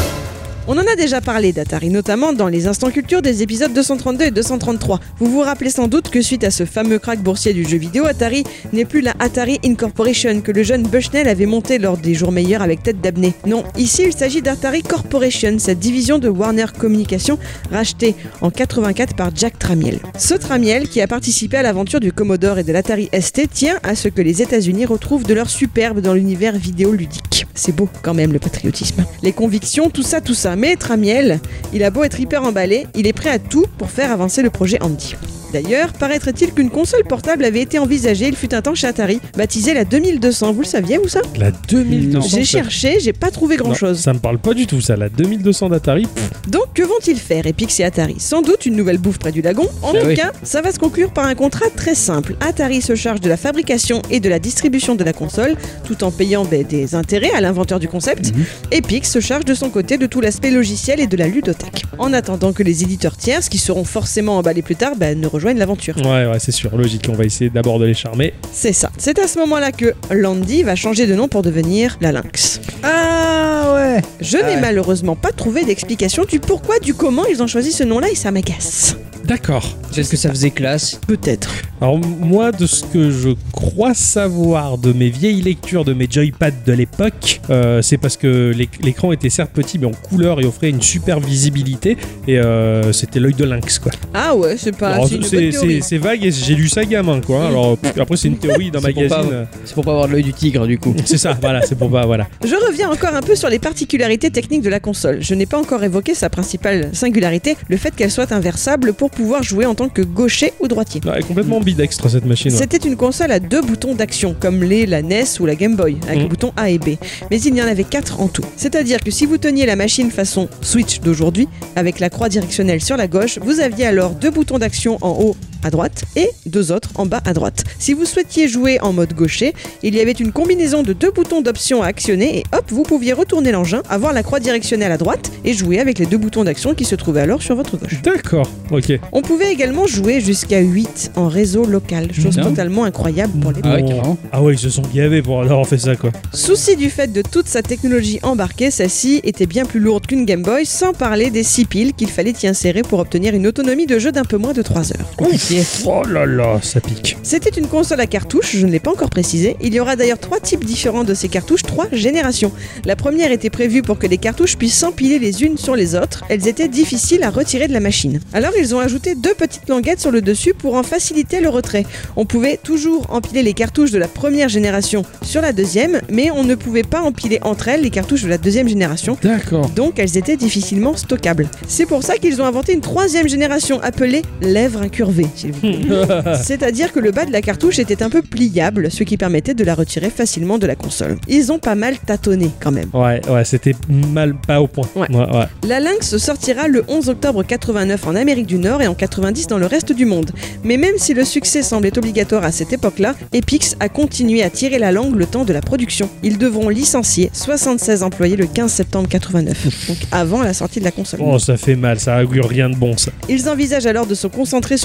On en a déjà parlé d'Atari, notamment dans les instants culture des épisodes 232 et 233. Vous vous rappelez sans doute que suite à ce fameux krach boursier du jeu vidéo, Atari n'est plus la Atari Incorporation que le jeune Bushnell avait monté lors des jours meilleurs avec Ted Dabney. Non, ici il s'agit d'Atari Corporation, cette division de Warner Communications rachetée en 84 par Jack Tramiel. Ce Tramiel, qui a participé à l'aventure du Commodore et de l'Atari ST, tient à ce que les États-Unis retrouvent de leur superbe dans l'univers vidéoludique. C'est beau quand même le patriotisme. Les convictions, tout ça. Mais Tramiel, il a beau être hyper emballé, il est prêt à tout pour faire avancer le projet Andy. D'ailleurs, paraîtrait-il qu'une console portable avait été envisagée, il fut un temps chez Atari, baptisée la 2200. Vous le saviez, vous ça? La 2200. J'ai cherché, j'ai pas trouvé Non, grand-chose. ça me parle pas du tout, ça. La 2200 d'Atari. Donc, que vont-ils faire, Epix et Atari? Sans doute une nouvelle bouffe près du lagon. En tout oui. cas, ça va se conclure par un contrat très simple. Atari se charge de la fabrication et de la distribution de la console, tout en payant des intérêts à l'inventeur du concept. Epix se charge de son côté de tout l'aspect logiciel et de la ludothèque. En attendant que les éditeurs tierces, qui seront forcément emballés plus tard, ne rejoignent l'aventure. Ouais, c'est sûr, logique. On va essayer d'abord de les charmer. C'est ça. C'est à ce moment-là que Landy va changer de nom pour devenir la Lynx. Ah ouais. Je n'ai malheureusement pas trouvé d'explication du pourquoi, du comment ils ont choisi ce nom-là et ça m'agace. D'accord. Peut-être que ça faisait classe. Peut-être. Alors moi, de ce que je crois savoir de mes vieilles lectures de mes joypads de l'époque, c'est parce que l'écran était certes petit mais en couleur et offrait une super visibilité et c'était l'œil de lynx quoi. Ah ouais, c'est pas Alors, c'est une bonne théorie. c'est vague et j'ai lu ça gamin quoi. Alors après c'est une théorie d'un C'est pour magazine. pas- C'est pour pas avoir de l'œil du tigre du coup. C'est ça, voilà, c'est pour pas, voilà. Je reviens encore un peu sur les particularités techniques de la console. Je n'ai pas encore évoqué sa principale singularité, le fait qu'elle soit inversable pour pouvoir jouer en tant que gaucher ou droitier. Elle est complètement ambidextre cette machine. Ouais. C'était une console à 2 boutons d'action, comme la NES ou la Game Boy, avec les boutons A et B. Mais il y en avait 4 en tout. C'est-à-dire que si vous teniez la machine façon Switch d'aujourd'hui, avec la croix directionnelle sur la gauche, vous aviez alors 2 boutons d'action en haut à droite et 2 autres en bas à droite. Si vous souhaitiez jouer en mode gaucher, il y avait une combinaison de 2 boutons d'option à actionner et hop, vous pouviez retourner l'engin, avoir la croix directionnelle à droite et jouer avec les 2 boutons d'action qui se trouvaient alors sur votre gauche. D'accord, ok. On pouvait également jouer jusqu'à 8 en réseau local, chose Bien. totalement incroyable pour les Ah ouais, Bon. carrément. Ah ouais, ils se sont gavés pour avoir fait ça quoi. Souci du fait de toute sa technologie embarquée, celle-ci était bien plus lourde qu'une Game Boy, sans parler des 6 piles qu'il fallait y insérer pour obtenir une autonomie de jeu d'un peu moins de 3 heures. Compliqué. Oh là là, ça pique. C'était une console à cartouches, je ne l'ai pas encore précisé. Il y aura d'ailleurs 3 types différents de ces cartouches, 3 générations. La première était prévue pour que les cartouches puissent s'empiler les unes sur les autres. Elles étaient difficiles à retirer de la machine. Alors ils ont ajouté 2 petites languettes sur le dessus pour en faciliter le retrait. On pouvait toujours empiler les cartouches de la première génération sur la deuxième, mais on ne pouvait pas empiler entre elles les cartouches de la deuxième génération. D'accord. Donc elles étaient difficilement stockables. C'est pour ça qu'ils ont inventé une 3e génération appelée lèvre incurvée, s'il vous plaît. C'est-à-dire que le bas de la cartouche était un peu pliable, ce qui permettait de la retirer facilement de la console. Ils ont pas mal tâtonné quand même. Ouais, c'était mal pas au point. Ouais. La Lynx sortira le 11 octobre 89 en Amérique du Nord et en 90 dans le reste du monde. Mais même si le succès semblait obligatoire à cette époque-là, Epix a continué à tirer la langue le temps de la production. Ils devront licencier 76 employés le 15 septembre 89, donc avant la sortie de la console. Oh, ça fait mal, ça augure rien de bon ça. Ils envisagent alors de se concentrer sur le développement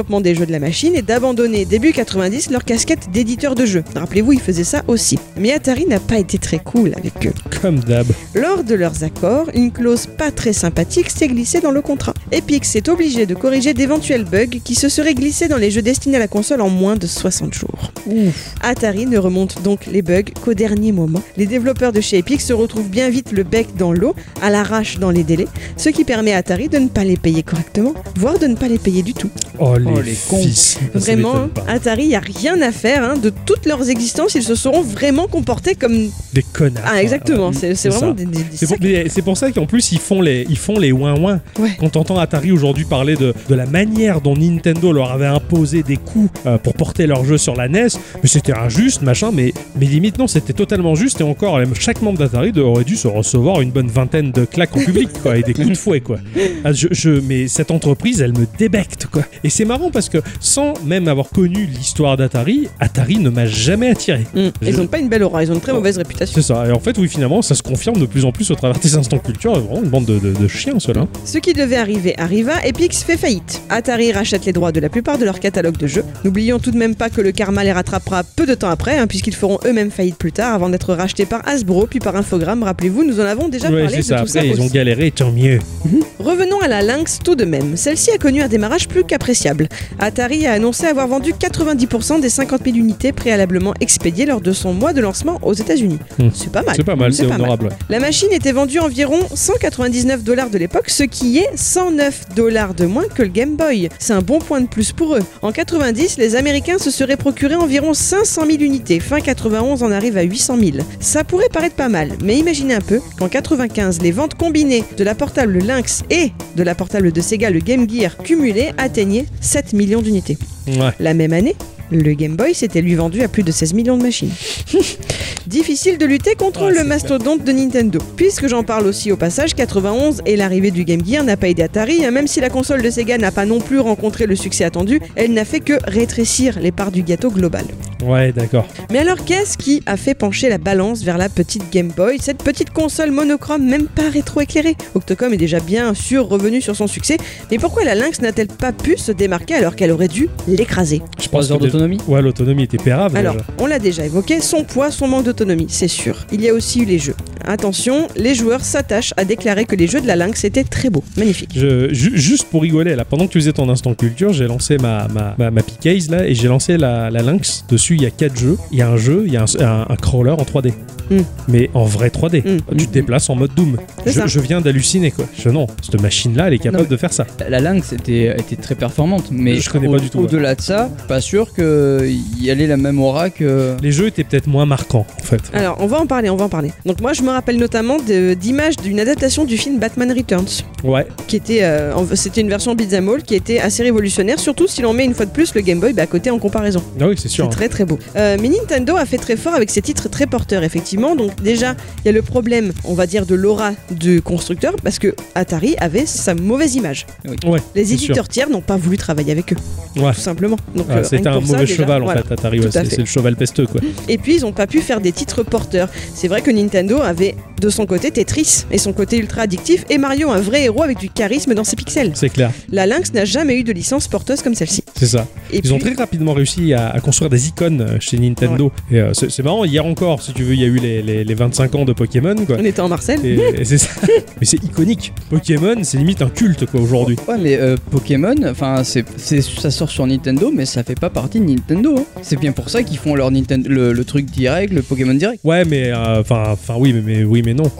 développement des jeux de la machine et d'abandonner début 90 leur casquette d'éditeur de jeux. Rappelez-vous, ils faisaient ça aussi. Mais Atari n'a pas été très cool avec eux. Comme d'hab. Lors de leurs accords, une clause pas très sympathique s'est glissée dans le contrat. Epic s'est obligé de corriger d'éventuels bugs qui se seraient glissés dans les jeux destinés à la console en moins de 60 jours. Ouf. Atari ne remonte donc les bugs qu'au dernier moment. Les développeurs de chez Epic se retrouvent bien vite le bec dans l'eau, à l'arrache dans les délais, ce qui permet à Atari de ne pas les payer correctement, voire de ne pas les payer du tout. Oh les cons. fils. Ça Vraiment, m'étonne pas. Atari, il n'y a rien à faire. De toutes leurs existences, ils se seront vraiment comportés comme... Des connards. Ah, exactement. C'est vraiment ça. des C'est pour ça qu'en plus ils font les ouin-ouin. Ouais. Quand t'entends Atari aujourd'hui parler de la manière dont Nintendo leur avait imposé des coûts pour porter leur jeu sur la NES, mais c'était injuste, machin, mais limite non, c'était totalement juste et encore chaque membre d'Atari aurait dû se recevoir une bonne vingtaine de claques en public quoi, et des coups de fouet quoi. Mais cette entreprise elle me débecte quoi. Et c'est marrant parce que sans même avoir connu l'histoire d'Atari, Atari ne m'a jamais attiré. Ils n'ont pas une belle aura, ils ont une très mauvaise réputation. C'est ça, et en fait oui finalement ça se confirme de plus en plus au travers des instants culture, vraiment une bande de chiens ceux-là. Ce qui devait arriver arriva, Epic fait faillite. Atari rachète les droits de la plupart de leur catalogue de jeux. N'oublions tout de même pas que le karma les rattrapera peu de temps après, puisqu'ils feront eux-mêmes faillite plus tard avant d'être rachetés par Hasbro puis par Infogrames. Rappelez-vous, nous en avons déjà Ouais, parlé c'est de ça, tout ça après ils ont aussi. galéré, tant mieux. Revenons à la Lynx tout de même. Celle-ci a connu un démarrage plus qu'appréciable. Atari a annoncé avoir vendu 90% des 50 000 unités préalablement expédiées lors de son mois de lancement aux États-Unis. C'est pas mal. C'est pas mal, c'est pas mal. honorable. La machine était vendue environ 199 $ de l'époque, ce qui est 109 $ de moins que le Game Boy. C'est un bon point de plus pour eux. En 90, les Américains se seraient procuré environ 500 000 unités. Fin 91, on arrive à 800 000. Ça pourrait paraître pas mal, mais imaginez un peu qu'en 95, les ventes combinées de la portable Lynx et de la portable de Sega, le Game Gear, cumulées atteignaient 7 millions d'unités. Ouais. La même année, le Game Boy s'était lui vendu à plus de 16 millions de machines. Difficile de lutter contre le mastodonte de Nintendo. Puisque j'en parle aussi au passage, 91 et l'arrivée du Game Gear n'a pas aidé Atari, même si la console de Sega n'a pas non plus rencontré le succès attendu, elle n'a fait que rétrécir les parts du gâteau global. Ouais, d'accord. Mais alors qu'est-ce qui a fait pencher la balance vers la petite Game Boy, cette petite console monochrome même pas rétroéclairée? Octocom est déjà bien sûr revenu sur son succès, mais pourquoi la Lynx n'a-t-elle pas pu se démarquer alors qu'elle aurait dû l'écraser? Je 3 heures que d'autonomie. Ouais, l'autonomie était pérave. Alors, déjà. on l'a déjà évoqué, son poids, son manque d'autonomie, c'est sûr. Il y a aussi eu les jeux. Attention, les joueurs s'attachent à déclarer que les jeux de la Lynx étaient très beaux, magnifiques. Juste pour rigoler, là, pendant que tu faisais ton instant culture, j'ai lancé ma P-Case là et j'ai lancé la Lynx. Dessus, il y a 4 jeux. Il y a un jeu, il y a un crawler en 3D. Mais en vrai 3D. Tu te déplaces en mode Doom. C'est ça. Je viens d'halluciner quoi. Non, cette machine-là, elle est capable de faire ça. La Lynx était très performante, mais Je connais pas du tout, au-delà de ça, je suis pas sûr qu'il y allait la même aura que... Les jeux étaient peut-être moins marquants en fait. Alors, on va en parler. Donc moi, je me rappelle notamment d'images d'une adaptation du film Batman Returns, Ouais. qui était, c'était une version beat'em all qui était assez révolutionnaire, surtout si l'on met une fois de plus le Game Boy à côté en comparaison. Ah oui, c'est sûr. C'est très très beau. Mais Nintendo a fait très fort avec ses titres très porteurs, effectivement. Donc déjà, il y a le problème, on va dire, de l'aura du constructeur, parce que Atari avait sa mauvaise image. Ouais, Les c'est éditeurs tiers n'ont pas voulu travailler avec eux, Ouais. tout simplement. Donc, Ah, c'était rien que un pour ça, mauvais déjà, cheval voilà. en fait, Atari, Tout ouais, à fait. c'est le cheval pesteux quoi. Et puis, ils n'ont pas pu faire des titres porteurs. C'est vrai que Nintendo avait de son côté Tetris et son côté ultra addictif, et Mario, un vrai héros avec du charisme dans ses pixels. C'est clair, La Lynx n'a jamais eu de licence porteuse comme celle-ci. c'est ça. Et Ils ont puis- très rapidement réussi à construire des icônes chez Nintendo. Et c'est marrant, hier encore, si tu veux, il y a eu les 25 ans de Pokémon quoi. On était en Marcel. Et c'est ça. Mais c'est iconique. Pokémon, c'est limite un culte quoi aujourd'hui. Ouais, mais Pokémon, enfin, ça sort sur Nintendo, mais ça fait pas partie de Nintendo. Hein. C'est bien pour ça qu'ils font leur Nintendo, le truc direct, le Pokémon direct. Ouais, mais enfin oui, mais non.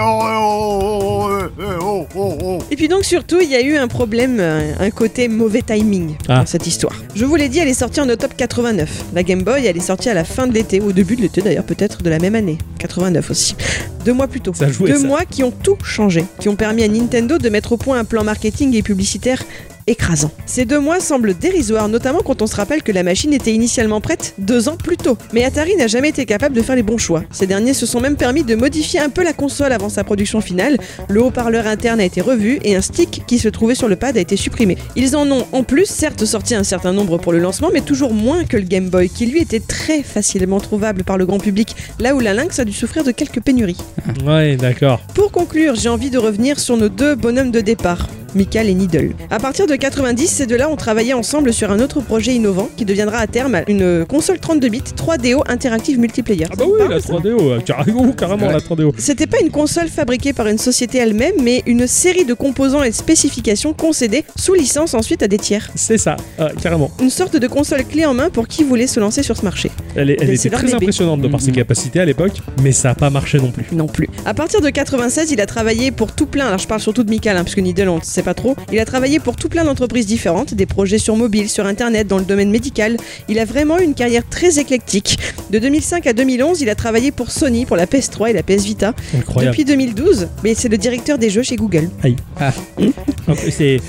Et puis donc surtout, il y a eu un problème, un côté mauvais timing Ah. dans cette histoire. Je vous l'ai dit, elle est sortie en octobre 89. La Game Boy, elle est sortie à la fin de l'été, au début de l'été d'ailleurs, peut-être de la même année. 89 aussi. 2 mois plus tôt. Ça jouait, 2 ça. mois qui ont tout changé, qui ont permis à Nintendo de mettre au point un plan marketing et publicitaire écrasant. Ces 2 mois semblent dérisoires, notamment quand on se rappelle que la machine était initialement prête 2 ans plus tôt. Mais Atari n'a jamais été capable de faire les bons choix. Ces derniers se sont même permis de modifier un peu la console avant sa production finale. Le haut-parleur interne a été revu et un stick qui se trouvait sur le pad a été supprimé. Ils en ont en plus certes sorti un certain nombre pour le lancement, mais toujours moins que le Game Boy, qui lui était très facilement trouvable par le grand public, là où la Lynx a dû souffrir de quelques pénuries. Ouais, d'accord. Pour conclure, j'ai envie de revenir sur nos 2 bonhommes de départ. Michael et Needle. À partir de 90, ces deux-là ont travaillé ensemble sur un autre projet innovant qui deviendra à terme une console 32 bits 3DO interactive multiplayer. Ah bah oui, la 3DO, carrément la 3DO. C'était pas une console fabriquée par une société elle-même, mais une série de composants et de spécifications concédées sous licence ensuite à des tiers. C'est ça, carrément. Une sorte de console clé en main pour qui voulait se lancer sur ce marché. Elle était très impressionnante de par ses capacités à l'époque, mais ça n'a pas marché non plus. Non plus. À partir de 96, il a travaillé pour tout plein, alors je parle surtout de Michael, parce que Needle, on ne sait pas trop. Il a travaillé pour tout plein d'entreprises différentes, des projets sur mobile, sur internet, dans le domaine médical. Il a vraiment eu une carrière très éclectique. De 2005 à 2011, il a travaillé pour Sony, pour la PS3 et la PS Vita. Incroyable. Depuis 2012, mais c'est le directeur des jeux chez Google. Aïe. C'est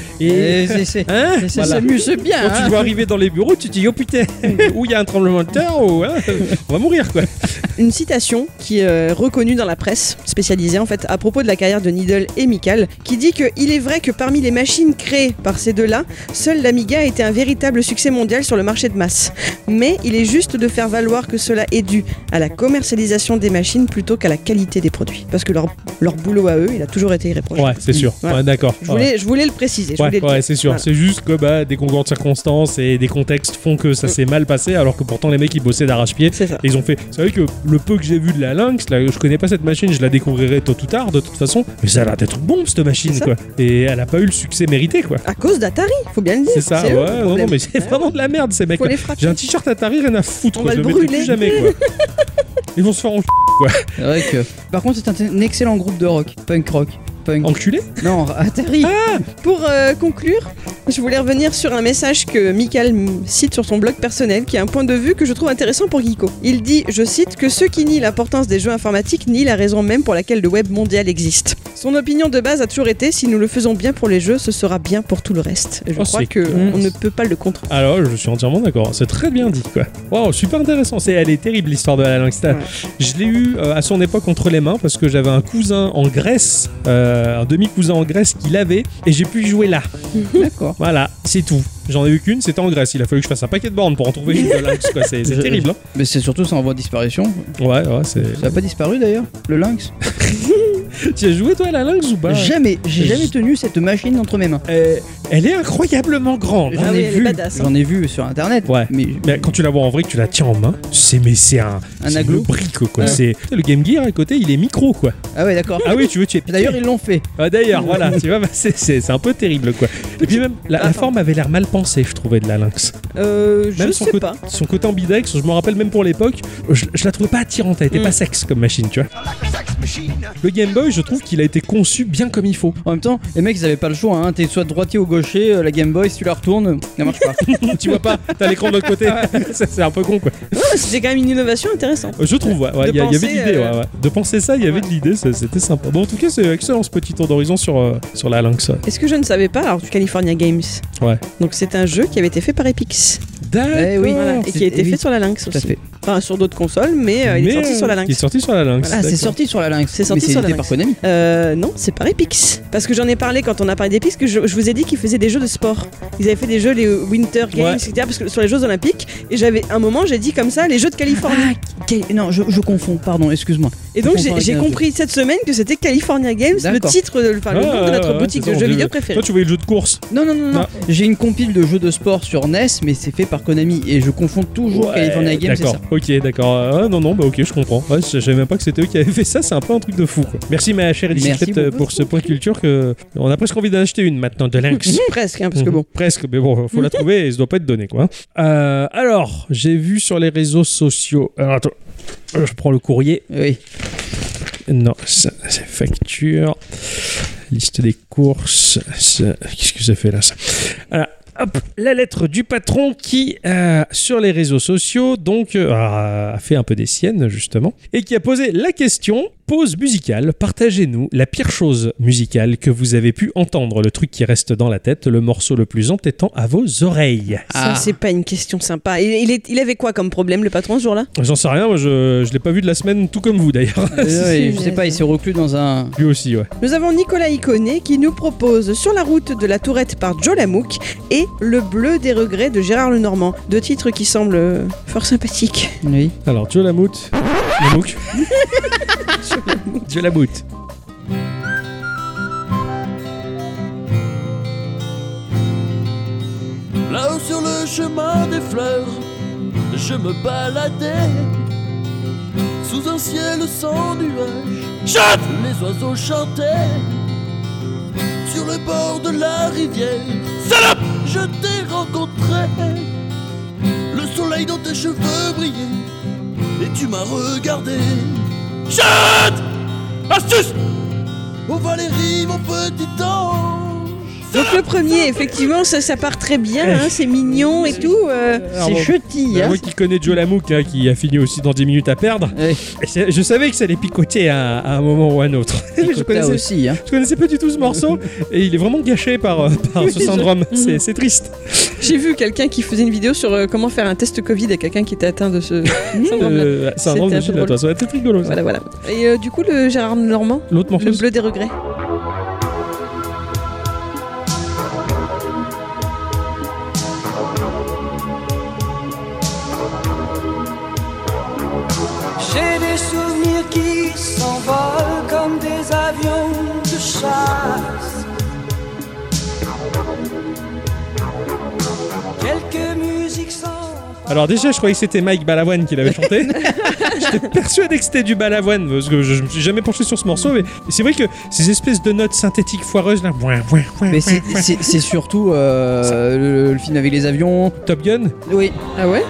ça s'amuse bien. Quand tu le vois arriver dans les bureaux, tu te dis oh putain, où il y a un tremblement de terre, ou on va mourir quoi. Une citation qui est reconnue dans la presse spécialisée en fait à propos de la carrière de Needle et Michael, qui dit que il est vrai que parmi les machines créées par ces deux-là, seule l'Amiga a été un véritable succès mondial sur le marché de masse. Mais il est juste de faire valoir que cela est dû à la commercialisation des machines plutôt qu'à la qualité des produits, parce que leur boulot à eux, il a toujours été irréprochable. Ouais, c'est sûr. Voilà. Ouais, d'accord. Je voulais le préciser. Ouais, c'est sûr. Voilà. C'est juste que des concours de circonstances et des contextes font que ça s'est mal passé, alors que pourtant les mecs ils bossaient d'arrache-pied. C'est ça. Et ils ont fait. C'est vrai que le peu que j'ai vu de la Lynx, là, je connais pas cette machine, je la découvrirai tôt ou tard de toute façon, mais ça a l'air d'être bon cette machine quoi. Et elle a pas eu le succès mérité quoi. À cause d'Atari, faut bien le dire. C'est ça, eux, ouais, le non, problème. mais c'est vraiment de la merde ces mecs. Faut les frapper. J'ai un t-shirt Atari, rien à foutre, On quoi. va Je le le mettrai brûler. plus jamais quoi. Ils vont se faire C'est vrai que. Par contre, c'est un excellent groupe de rock, punk rock. enculer. Non, Atari. Pour conclure, je voulais revenir sur un message que Michael cite sur son blog personnel, qui est un point de vue que je trouve intéressant pour Geeko. Il dit, je cite, que ceux qui nient l'importance des jeux informatiques nient la raison même pour laquelle le web mondial existe. Son opinion de base a toujours été, si nous le faisons bien pour les jeux, ce sera bien pour tout le reste. Et je crois c'est que con. on ne peut pas le contre. Alors, je suis entièrement d'accord. C'est très bien dit, quoi. Waouh, super intéressant. Elle est terrible l'histoire de la Lynx. Ouais. Je l'ai eu à son époque entre les mains parce que j'avais un cousin en Grèce, un demi-cousin en Grèce qui l'avait et j'ai pu y jouer là. D'accord. Voilà, c'est tout. J'en ai eu qu'une, c'était en Grèce. Il a fallu que je fasse un paquet de bornes pour en trouver une de Lynx, quoi. C'est terrible. Hein. Mais c'est surtout ça en voie de disparition. Ouais, c'est. Ça a pas disparu d'ailleurs, le Lynx. Tu as joué toi à la Lynx ou pas? Jamais, j'ai jamais tenu cette machine entre mes mains. Elle est incroyablement grande. Ah oui, elle est badass, hein. J'en ai vu sur internet. Ouais. Mais Quand tu la vois en vrai, que tu la tiens en main, c'est un aglo. brique quoi. Ouais. C'est le Game Gear à côté, il est micro quoi. ah ouais, d'accord. Ah oui, tu es. D'ailleurs, ils l'ont fait. D'ailleurs, voilà, tu vois, c'est un peu terrible quoi. Et puis même la forme avait l'air mal pensée, je trouvais, de la Lynx. Je Même sais pas. son côté ambidex, je me rappelle même pour l'époque, je la trouvais pas attirante, elle était pas sexe comme machine, tu vois. Le Game Boy, je trouve qu'il a été conçu bien comme il faut. En même temps, les mecs, ils avaient pas le choix. Hein. T'es soit droitier ou gaucher, la Game Boy, si tu la retournes, ça marche pas. Tu vois pas, t'as l'écran de l'autre côté. C'est un peu con quoi. Ouais, c'était quand même une innovation intéressante. Je trouve, ouais, il y avait de penser, l'idée, ouais. De penser ça, il y avait de l'idée, c'était sympa. Bon, en tout cas, c'est excellent ce petit tour d'horizon sur la Lynx. Est-ce que je ne savais pas, alors du California Games. Ouais. Donc c'est un jeu qui avait été fait par Epix. D'accord. Eh oui. Voilà, et qui a été fait sur la Lynx Tout à aussi. fait. Enfin, sur d'autres consoles, mais il est sorti sur la Il est Lynx. sorti sur la Lynx. Ah, c'est d'accord. sorti sur la Lynx. C'est sorti mais sur la édité par Lynx. Konami. Non, c'est par Epix. Parce que j'en ai parlé quand on a parlé d'Epix, que je vous ai dit qu'ils faisaient des jeux de sport. Ils avaient fait des jeux, les Winter Games, Ouais. etc. Parce que sur les Jeux Olympiques, et j'avais un moment, j'ai dit comme ça, les Jeux de Californie. Non, je confonds, pardon, excuse-moi. Et donc Je confonds j'ai avec un compris cette semaine que c'était California Games, le D'accord. titre, le nom de notre boutique de jeux vidéo préférée. Toi, tu voyais le jeu de course. Non. Non. J'ai une compile de jeux de sport sur NES, mais c'est fait par Konami et je confonds toujours Ouais, California Games et d'accord. ça. Ok, d'accord. Non, bah ok, je comprends. Ouais, je savais même pas que c'était eux qui avaient fait ça, c'est un peu un truc de fou quoi. Merci ma chère Merci Edith beaucoup. pour ce point culture que on a presque envie d'en acheter une maintenant de Lynx. Presque, hein, parce que bon. Presque, mais bon, faut la trouver et ça doit pas être donné quoi. Alors, j'ai vu sur les réseaux sociaux. Alors attends, je prends le courrier. Oui. Non, ça, c'est facture. Liste des courses. Qu'est-ce que ça fait là ça? Voilà. Hop, la lettre du patron qui, sur les réseaux sociaux, donc, a fait un peu des siennes, justement, et qui a posé la question, pause musicale, partagez-nous la pire chose musicale que vous avez pu entendre, le truc qui reste dans la tête, le morceau le plus entêtant à vos oreilles. Ça, c'est pas une question sympa. Il avait quoi comme problème, le patron, ce jour-là? J'en sais rien, moi je l'ai pas vu de la semaine, tout comme vous d'ailleurs. Je sais pas, il s'est reclus dans un. Lui aussi, ouais. Nous avons Nicolas Iconé qui nous propose Sur la route de la Tourette par Joe Lamouk et Le bleu des regrets de Gérard Lenormand. Deux titres qui semblent fort sympathiques. Oui. Alors, Joe Lamout. Lamouk. Joe Lamout. Là-haut sur le chemin des fleurs, je me baladais sous un ciel sans nuages. Chante! Les oiseaux chantaient sur le bord de la rivière. Salope! Je t'ai rencontré, le soleil dans tes cheveux brillait et tu m'as regardé. Chante! Astuce! Oh Valérie, mon petit ange. Donc le premier, effectivement, ça part très bien, hein, c'est mignon et tout. C'est chutty, hein. Moi qui connais Joe Lamouk, hein, qui a fini aussi dans 10 minutes à perdre, je savais que ça allait picoter à un moment ou à un autre. Je connaissais pas du tout ce morceau et il est vraiment gâché par ce syndrome. C'est triste. J'ai vu quelqu'un qui faisait une vidéo sur comment faire un test Covid à quelqu'un qui était atteint de ce syndrome-là. Syndrome de Gilles, ça va être rigolo. Ça. Voilà. Et du coup, le Gérard Normand, l'autre morceau, le bleu des regrets. J'ai des souvenirs qui s'envolent comme des avions de chasse. Quelques musiques sans... Alors déjà, je croyais que c'était Mike Balavoine qui l'avait chanté. J'étais persuadé que c'était du Balavoine parce que je me suis jamais penché sur ce morceau. Mais c'est vrai que ces espèces de notes synthétiques foireuses là. Mais c'est surtout le film avec les avions. Top Gun. Oui. Ah ouais.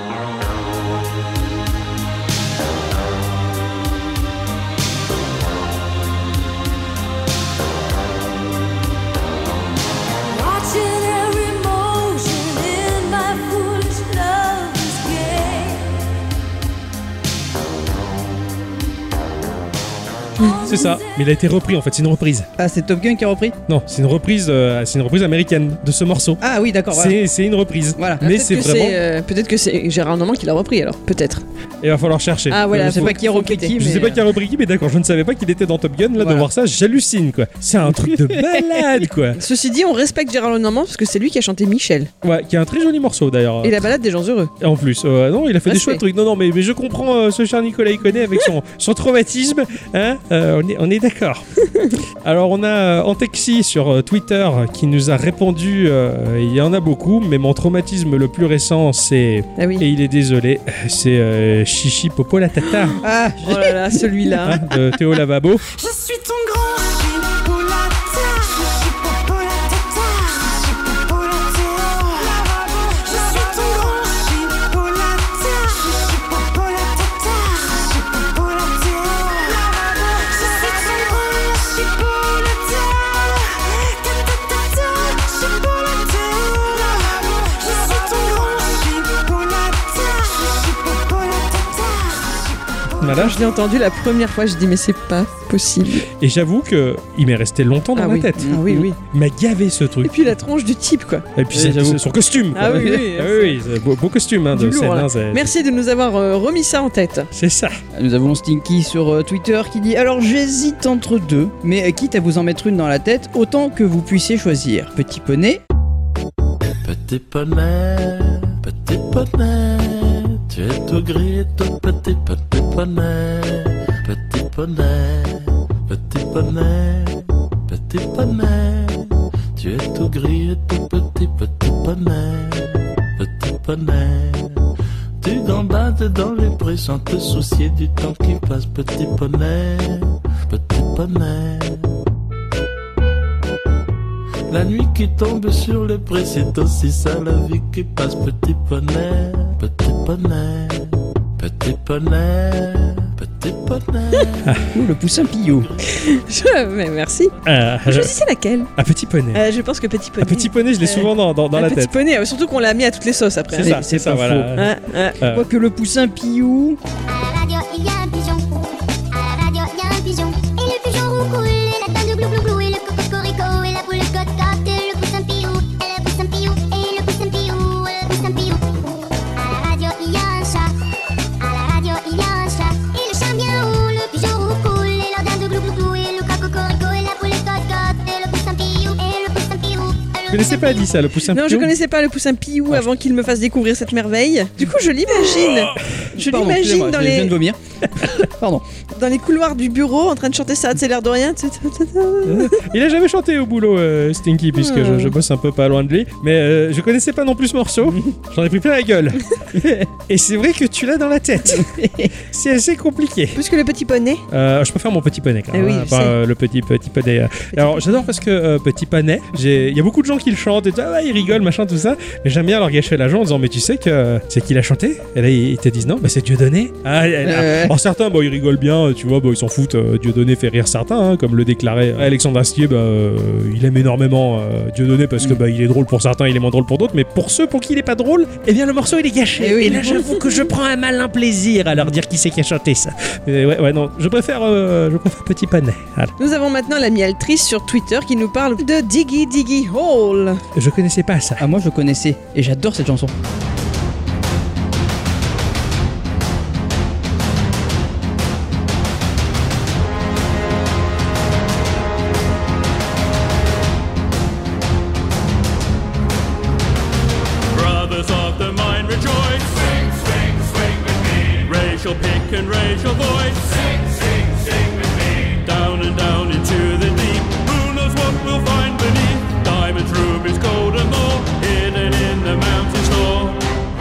C'est ça, mais il a été repris en fait, c'est une reprise. Ah, c'est Top Gun qui a repris ? Non, c'est une reprise américaine de ce morceau. Ah oui, d'accord. Voilà. C'est une reprise. Voilà. Mais c'est vraiment. Peut-être que c'est Gérard Normand qui l'a repris alors, peut-être. Il va falloir chercher. Ah voilà, je sais pas qui a repris qui. Je sais pas qui a repris qui, mais d'accord, je ne savais pas qu'il était dans Top Gun. Là, voilà. De voir ça, j'hallucine quoi. C'est un truc de malade quoi. Ceci dit, on respecte Gérard Normand parce que c'est lui qui a chanté Michel. Ouais, qui a un très joli morceau d'ailleurs. Et la balade des gens heureux. Et en plus, non, il a fait des chouettes trucs. Non, mais je comprends ce cher Nicolas Iconet avec son traumatisme. Hein, on est d'accord. Alors on a Antexi sur Twitter qui nous a répondu, il y en a beaucoup, mais mon traumatisme le plus récent c'est, ah oui. Et il est désolé, c'est Chichi Popo la Tata. Ah, oh là là, celui-là. Hein, de Théo Lavabo. Je suis ton grand chipolata, chipopolata, chipopolata, lavabo. Je suis ton grand chipolata, chipopolata, chipopolata, lavabo. Je suis ton grand chipolata, tatata, chipolata, lavabo. Je suis ton grand chipolata, chipopolata. Voilà. Je l'ai entendu la première fois, je dis mais c'est pas possible. Et j'avoue que il m'est resté longtemps dans ma tête. Ah oui, oui. Il m'a gavé ce truc. Et puis la tronche du type quoi. Et puis c'est son costume. Quoi. Ah oui, oui. Ah oui, c'est beau costume hein, de scène. Hein, merci de nous avoir remis ça en tête. C'est ça. Nous avons Stinky sur Twitter qui dit: alors j'hésite entre deux, mais quitte à vous en mettre une dans la tête, autant que vous puissiez choisir. Petit poney. Petit poney, tu es tout gris, tout petit poney. Petit poney, petit poney, petit poney. Tu es tout gris et tout petit poney. Petit poney. Tu gambades dans les prés sans te soucier du temps qui passe. Petit poney, petit poney. La nuit qui tombe sur le pré, c'est aussi ça la vie qui passe. Petit poney, petit poney, petit poney, petit poney. Le poussin Pillou. Mais merci. Choisissez laquelle? Un petit poney. Je pense que petit poney. Un petit poney, je l'ai souvent dans la tête. Petit poney, surtout qu'on l'a mis à toutes les sauces après. C'est ça, voilà. Quoique le poussin Pillou. À la radio, il y a un pigeon. À la radio, il y a un pigeon. Et le pigeon roucoule, et la dinde glou glou glou, et le cocorico, et la poule cocotte, et le poussin Pillou, et le poussin Pillou, et le poussin Pillou, et le poussin Pillou. À la radio, il y a un chat. À la radio, il y a un chat. Et le chat bien haut, le pigeon roucoule, et la dinde glou glou glou, et le cocorico, et la poule cocotte, et le poussin Pillou, et le poussin Pillou. Je connaissais pas dit ça, le poussin Pillou. Non, je connaissais pas le poussin Pillou avant qu'il me fasse découvrir cette merveille. Du coup, je l'imagine. Je Pardon, l'imagine excusez-moi, dans je viens les de vomir. Pardon. dans les couloirs du bureau en train de chanter ça, c'est l'air de rien. Il a jamais chanté au boulot, Stinky, puisque je bosse un peu pas loin de lui. Mais je connaissais pas non plus ce morceau. J'en ai pris plein la gueule. Et c'est vrai que tu l'as dans la tête. C'est assez compliqué. Plus que le petit poney. Je préfère mon petit poney quand même. Oui, je sais. Le petit poney. Alors j'adore parce que petit poney, il y a beaucoup de gens qui le chantent et tout, ah ouais, ils rigolent, machin, tout ça. Mais j'aime bien leur gâcher la joie en disant, mais tu sais que c'est qui l'a chanté? Et là ils te disent non, bah c'est Dieudonné. Alors certains, ils rigolent bien, tu vois, ils s'en foutent. Dieudonné fait rire certains, hein, comme le déclarait Alexandre Astier. Il aime énormément Dieudonné parce que il est drôle pour certains, il est moins drôle pour d'autres. Mais pour ceux pour qui il est pas drôle, eh bien le morceau il est gâché. Et oui, et là j'avoue que je prends un malin plaisir à leur dire qui c'est qui a chanté ça. Mais non, je préfère Petit Poney. Voilà. Nous avons maintenant l'ami Altrice sur Twitter qui nous parle de Diggy Diggy Hall. Je connaissais pas ça. Ah, moi je connaissais et j'adore cette chanson. Brothers of the mind rejoice. Swing, swing, swing with me. Raise your pick and raise your voice. Sing, sing, sing with me. Down and down into the deep. Who knows what we'll find beneath? Diamonds, rubies, gold and more. Hidden in the mountain's floor.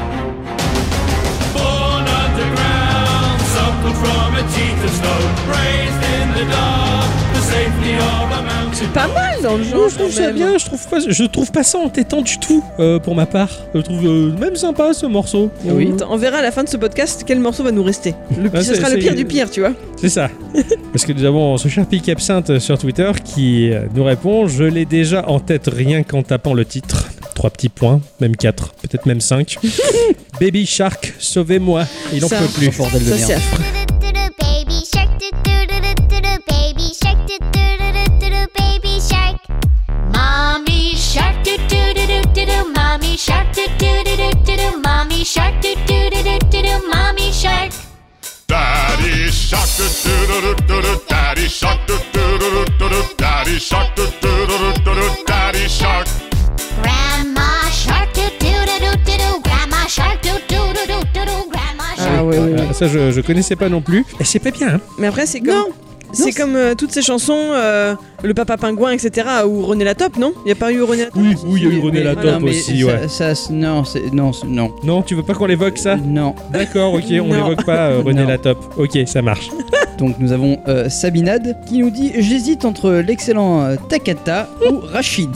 Born underground, suckled from a teeth of snow. Raised in the dark, the safety of a mountain. C'est pas mal dans le genre. Je trouve quand ça même. bien, je trouve pas ça entêtant du tout pour ma part. Je trouve même sympa ce morceau. Oui. On verra à la fin de ce podcast quel morceau va nous rester. Ce sera le pire du pire, tu vois. C'est ça. Parce que nous avons ce cher Pic Absinthe sur Twitter qui nous répond: je l'ai déjà en tête rien qu'en tapant le titre. 3 petits points, même 4, peut-être même 5. Baby Shark, sauvez-moi. Il en Ça, peut plus. Bordel de Ça merde. c'est affreux. Baby shark, baby shark, baby shark. Mommy shark, mommy shark, mommy shark, mommy shark. Daddy shark, daddy shark, daddy shark, daddy shark. Grandma shark, grandma shark, grandma shark. Ah ouais, ouais, ouais. Ça, je connaissais pas non plus. Et c'est pas bien, hein. Mais après, c'est comme. C'est comme toutes ces chansons, le Papa Pingouin, etc., ou René Latop, non? Il n'y a pas eu René Latop? Oui, il y a eu René Mais- Latop voilà, mais aussi, ça- ouais. Non, non. Non, tu veux pas qu'on l'évoque ça? Non. D'accord, ok, on Non. l'évoque pas René Non. Latop. Ok, ça marche. Donc nous avons Sabinade qui nous dit: j'hésite entre l'excellent Takata ou Rachid.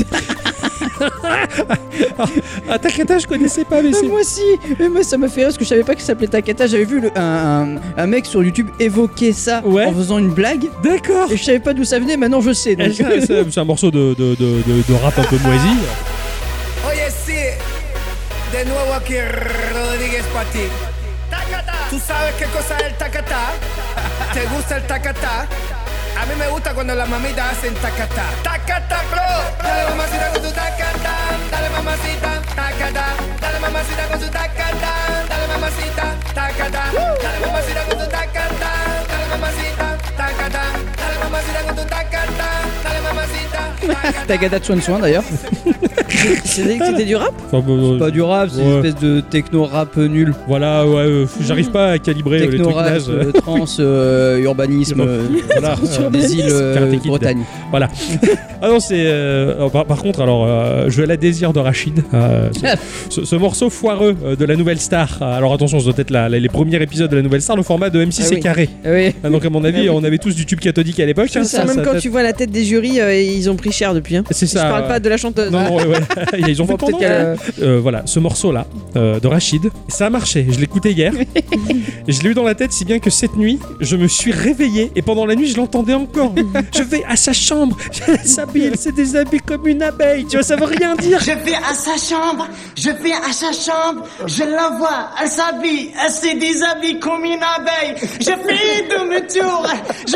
Ah, Takata, je connaissais pas, mais c'est. Moi aussi, mais moi ça m'a fait rire parce que je savais pas qu'il s'appelait Takata. J'avais vu un mec sur YouTube évoquer ça Ouais. en faisant une blague D'accord. et je savais pas d'où ça venait. Maintenant je sais. Donc... C'est un morceau de rap un peu moisi. Oye, sí, de nuevo aquí Rodríguez para ti. ¿Tú sabes qué cosa es el tacatá? ¿Te gusta el tacatá? A mí me gusta cuando las mamitas hacen tacatá. Tacatá, bro. Dale mamacita con tu tacatá. Dale mamacita, tacatá. Dale mamacita con tu tacatá. Dale mamacita, tacatá. Dale mamacita con tu tacatá. Dale mamacita, tacatá. Dale mamacita con tu tacatá. Dale mamacita, tacatá. Takata de soin d'ailleurs. C'était du rap? Enfin, Pas du rap, c'est Ouais. une espèce de techno rap nul. Voilà, ouais, j'arrive pas à calibrer les Techno trucs rap, nazes. trans, urbanisme, Voilà, des îles Karate Kid. Bretagne. Voilà. Ah non, c'est. Par contre, alors, je la désire de Rachid. Ce morceau foireux de la Nouvelle Star. Alors attention, ça doit être les premiers épisodes de la Nouvelle Star, le format de M6 Ah c'est oui. carré. Ah oui. Ah, donc à mon avis, on avait tous du tube cathodique à l'époque. hein, Ça, même quand tu vois la tête des jurys, ils ont pris cher depuis. Hein. C'est ça. Je parle pas de la chanteuse. Non, non, ouais. Ils ont fait Bon, peut-être pendant. qu'elle- Voilà, ce morceau-là de Rachid, ça a marché. Je l'écoutais hier. Et je l'ai eu dans la tête si bien que cette nuit, je me suis réveillé et pendant la nuit, je l'entendais encore. Je vais à sa chambre, elle s'habille, elle se déshabille comme une abeille. Tu vois, ça veut rien dire. Je vais à sa chambre, je la vois, elle s'habille, elle se déshabille comme une abeille. Je fais demi-tour,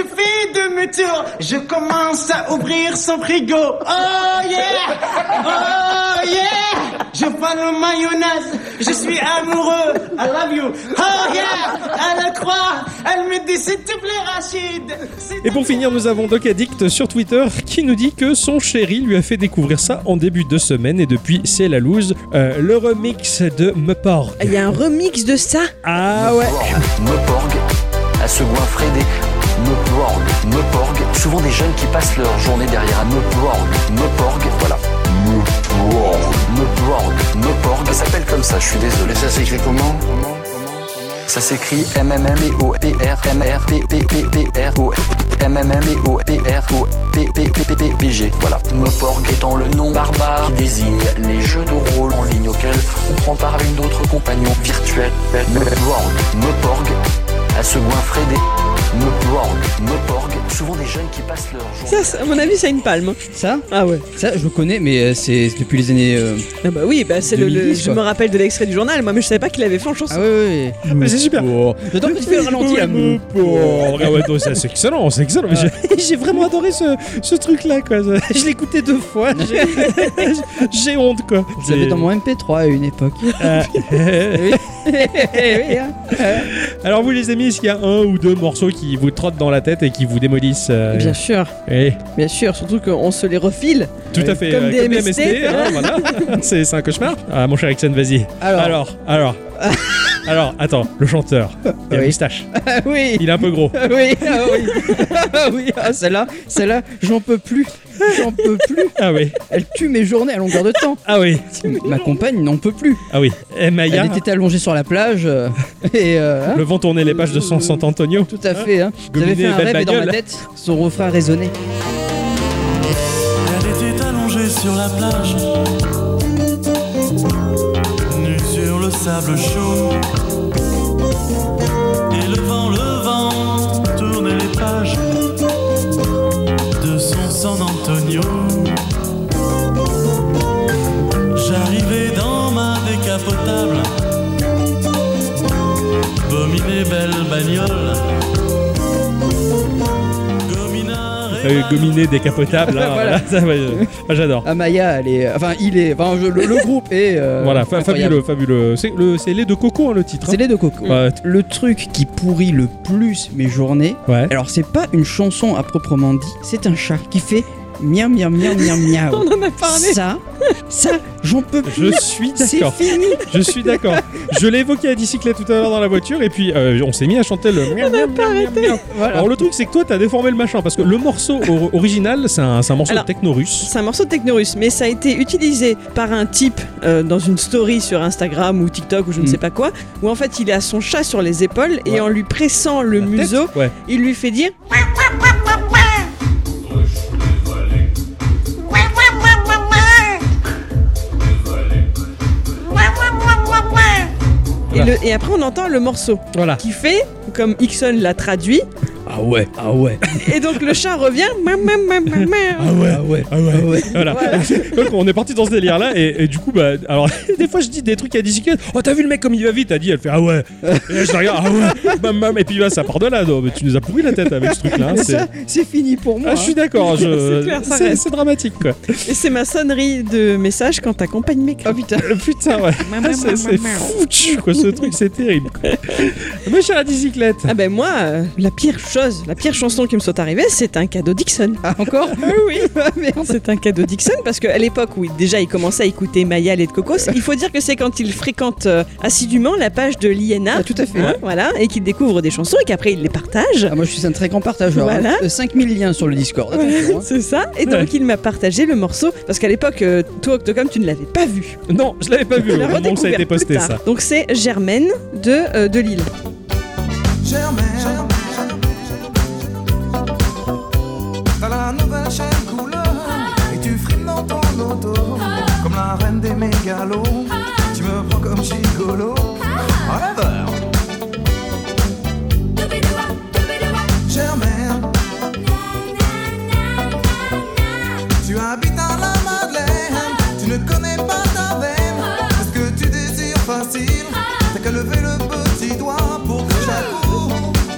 je commence à ouvrir son frigo. Oh yeah, oh yeah. Je vois le mayonnaise, je suis amoureux, I love you. Oh yeah, elle croit, elle me me dis s'il te plaît, Rachid. Et pour finir, nous avons Doc Addict sur Twitter qui nous dit que son chéri lui a fait découvrir ça en début de semaine et depuis c'est la loose. Le remix de Meporg. Il y a un remix de ça. Ah ouais. Meporg, à se goinfrer des Meporg, souvent des jeunes qui passent leur journée derrière un Meporg, voilà. Meporg, ça s'appelle comme ça, je suis désolé. Ça s'écrit comment? Ça s'écrit MMMEOPRMRPPPROPPPPG. Voilà. Meporg étant le nom barbare qui désigne les jeux de rôle en ligne auxquels on prend part avec d'autres compagnons virtuels. Meporg, à se goinfrer des Meporg, souvent des jeunes qui passent leur journée. Ça, à mon avis, c'est une palme. Ça? Ah ouais. Ça, je connais, mais c'est depuis les années. Ah bah oui, bah c'est 2010, je me rappelle de l'extrait du journal, moi, mais je savais pas qu'il avait fait en chanson. Ah oui. Mais c'est super. J'adore que tu fais le ralenti là. C'est excellent, c'est excellent. Mais j'ai vraiment adoré ce truc-là, quoi. Je l'ai écouté 2 fois. J'ai honte, quoi. Je l'avais dans mon MP3 à une époque. Alors vous, les amis, est-ce qu'il y a un ou 2 morceaux qui vous trottent dans la tête et qui vous démolissent Bien sûr. Oui. Bien sûr, surtout qu'on se les refile. Tout à fait. Comme des MST. Hein, voilà. C'est un cauchemar. Ah, mon cher Ixon, vas-y. Alors, attends, le chanteur, il a une moustache. Oui. Il est un peu gros. Oui. Celle-là, j'en peux plus. Ah oui. Elle tue mes journées à longueur de temps. Ah oui. Ma compagne n'en peut plus. Ah oui. Et Maya. Elle était allongée sur la plage le vent tournait les pages de son Sant Antonio. Tout à fait. J'avais fait un rêve et dans ma tête, son refrain résonnait. Elle était allongée sur la plage, nue sur le sable chaud. Et le vent tournait les pages de son San Antonio. J'arrivais dans ma décapotable, gominé belle bagnole. Gominé décapotable, hein, voilà. Ça, j'adore. Amaya, le groupe est voilà, fabuleux. C'est lait de coco, hein, le titre. C'est lait de coco. Ouais. Le truc qui pourrit le plus mes journées, alors c'est pas une chanson à proprement dit, c'est un chat qui fait miam miam miam miam miam. On en a parlé. Ça, j'en peux plus. Je suis d'accord. C'est fini. Je suis d'accord. Je l'ai évoqué à bicyclette tout à l'heure dans la voiture et puis on s'est mis à chanter le miam miam miam miam. Voilà. Alors le truc c'est que toi t'as déformé le machin parce que le morceau original c'est un morceau de techno russe. C'est un morceau de techno russe, mais ça a été utilisé par un type dans une story sur Instagram ou TikTok ou je ne sais pas quoi, où en fait il a son chat sur les épaules et en lui pressant le museau, il lui fait dire. Et après on entend le morceau qui fait comme Ixon l'a traduit. Ah ouais. Et donc le chat revient. Ah ouais. Voilà. Donc on est parti dans ce délire là et du coup alors des fois je dis des trucs à bicyclette. Oh t'as vu le mec comme il va vite, elle fait ah ouais. Et là je la regarde et puis ça part de là. Mais tu nous as pourri la tête avec ce truc là. C'est fini pour moi. Ah je suis d'accord. C'est clair, c'est dramatique quoi. Et c'est ma sonnerie de message quand ta compagne m'écrit. Oh putain ouais. C'est foutu quoi ce truc, c'est terrible. Ma chère bicyclette. Ah ben moi la pire chanson qui me soit arrivée, c'est un cadeau Dixon. Ah encore? Oui, c'est un cadeau Dixon parce qu'à l'époque où déjà il commençait à écouter Maya lait de coco, il faut dire que c'est quand il fréquente assidûment la page de l'INA. Tout à fait. Voilà, et qu'il découvre des chansons et qu'après il les partage. Ah, moi je suis un très grand partageur. Voilà. 5000 liens sur le Discord. C'est ça. Et donc il m'a partagé le morceau parce qu'à l'époque, toi Octocom, tu ne l'avais pas vu. Non, je l'avais pas vu au moment où ça a été posté ça. Donc c'est Germaine de Lille. Germaine, t'as la nouvelle chaîne couleur et tu frimes dans ton auto comme la reine des mégalos. Tu me prends comme gigolo, rêveur. Germaine, tu habites à la Madeleine, tu ne connais pas ta veine. Est-ce que tu désires facile? T'as qu'à lever le petit doigt pour que j'accours.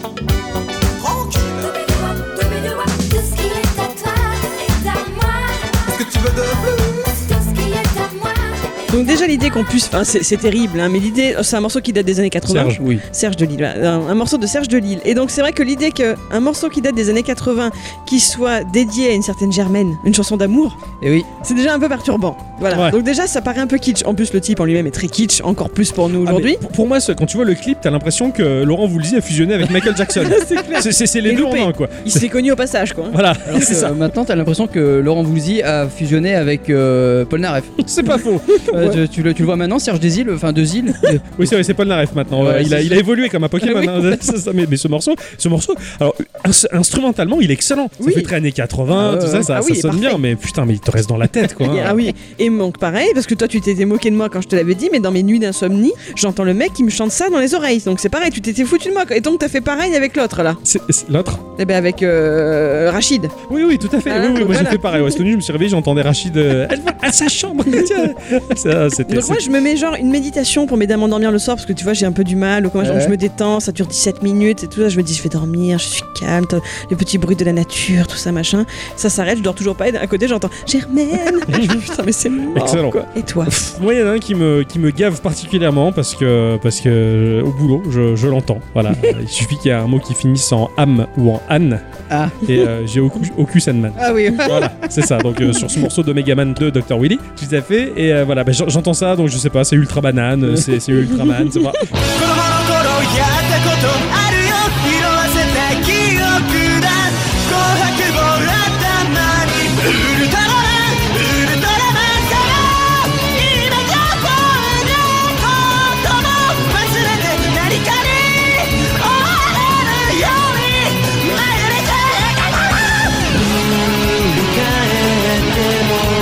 l'idée qu'on puisse. Enfin, c'est terrible, hein, mais l'idée, c'est un morceau qui date des années 80. Serge, oui. Serge de Lille, un morceau de Serge de Lille. Et donc c'est vrai que l'idée qu'un morceau qui date des années 80, qui soit dédié à une certaine Germaine, une chanson d'amour, et oui, c'est déjà un peu perturbant. Voilà. Ouais. Donc déjà ça paraît un peu kitsch. En plus le type en lui-même est très kitsch, encore plus pour nous aujourd'hui. Pour moi, quand tu vois le clip, t'as l'impression que Laurent Voulzy a fusionné avec Michael Jackson. C'est clair. C'est les deux en un, quoi. Il s'est connu au passage, quoi. Voilà, alors c'est ça. Maintenant, t'as l'impression que Laurent Voulzy a fusionné avec Paul Naref. C'est pas faux. Ouais. Tu le vois maintenant, Serge Desil, enfin Desil. Oui, c'est vrai, c'est Paul Naref maintenant. Ouais, il a évolué comme un Pokémon. Oui. Hein, c'est ça, mais ce morceau, alors instrumentalement, il est excellent. Ça fait très années 80, tout ça, ça sonne bien, mais putain, mais il te reste dans la tête, quoi. Ah oui, et donc pareil, parce que toi tu t'étais moqué de moi quand je te l'avais dit, mais dans mes nuits d'insomnie, j'entends le mec qui me chante ça dans les oreilles. Donc c'est pareil, tu t'étais foutu de moi. Et donc t'as fait pareil avec l'autre là. L'autre Eh ben avec Rachid. Oui, tout à fait. Ah, oui, moi voilà. j'ai fait pareil. Ouais, cette nuit, je me suis réveillé, j'entendais Rachid. Elle va à sa chambre. Tiens. Donc moi je me mets genre une méditation pour m'aider à m'endormir le soir, parce que tu vois j'ai un peu du mal, ou comment Ouais. je me détends, ça dure 17 minutes et tout ça, je me dis je vais dormir, je suis calme, le petit bruit de la nature, tout ça machin. Ça s'arrête, je dors toujours pas, et à côté j'entends Germaine. Putain mais c'est mort. Excellent. Quoi. Et toi? Moi, il y en a un qui me gave particulièrement parce que au boulot, je l'entends. Voilà. Il suffit qu'il y ait un mot qui finisse en am ou en an. Ah. Et j'ai Oku Sandman. Ah oui. Voilà, c'est ça. Donc sur ce morceau de Megaman 2, Dr. Willy, tout à fait. Et voilà, j'entends ça, donc je sais pas, c'est Ultra Banane, c'est Ultraman, c'est pas. 子供の頃やったことあるよ色あせた記憶だ紅白棒頭にウルトラマンから今どこのことも忘れて何かに追われるように迷れちゃえかな振り返っても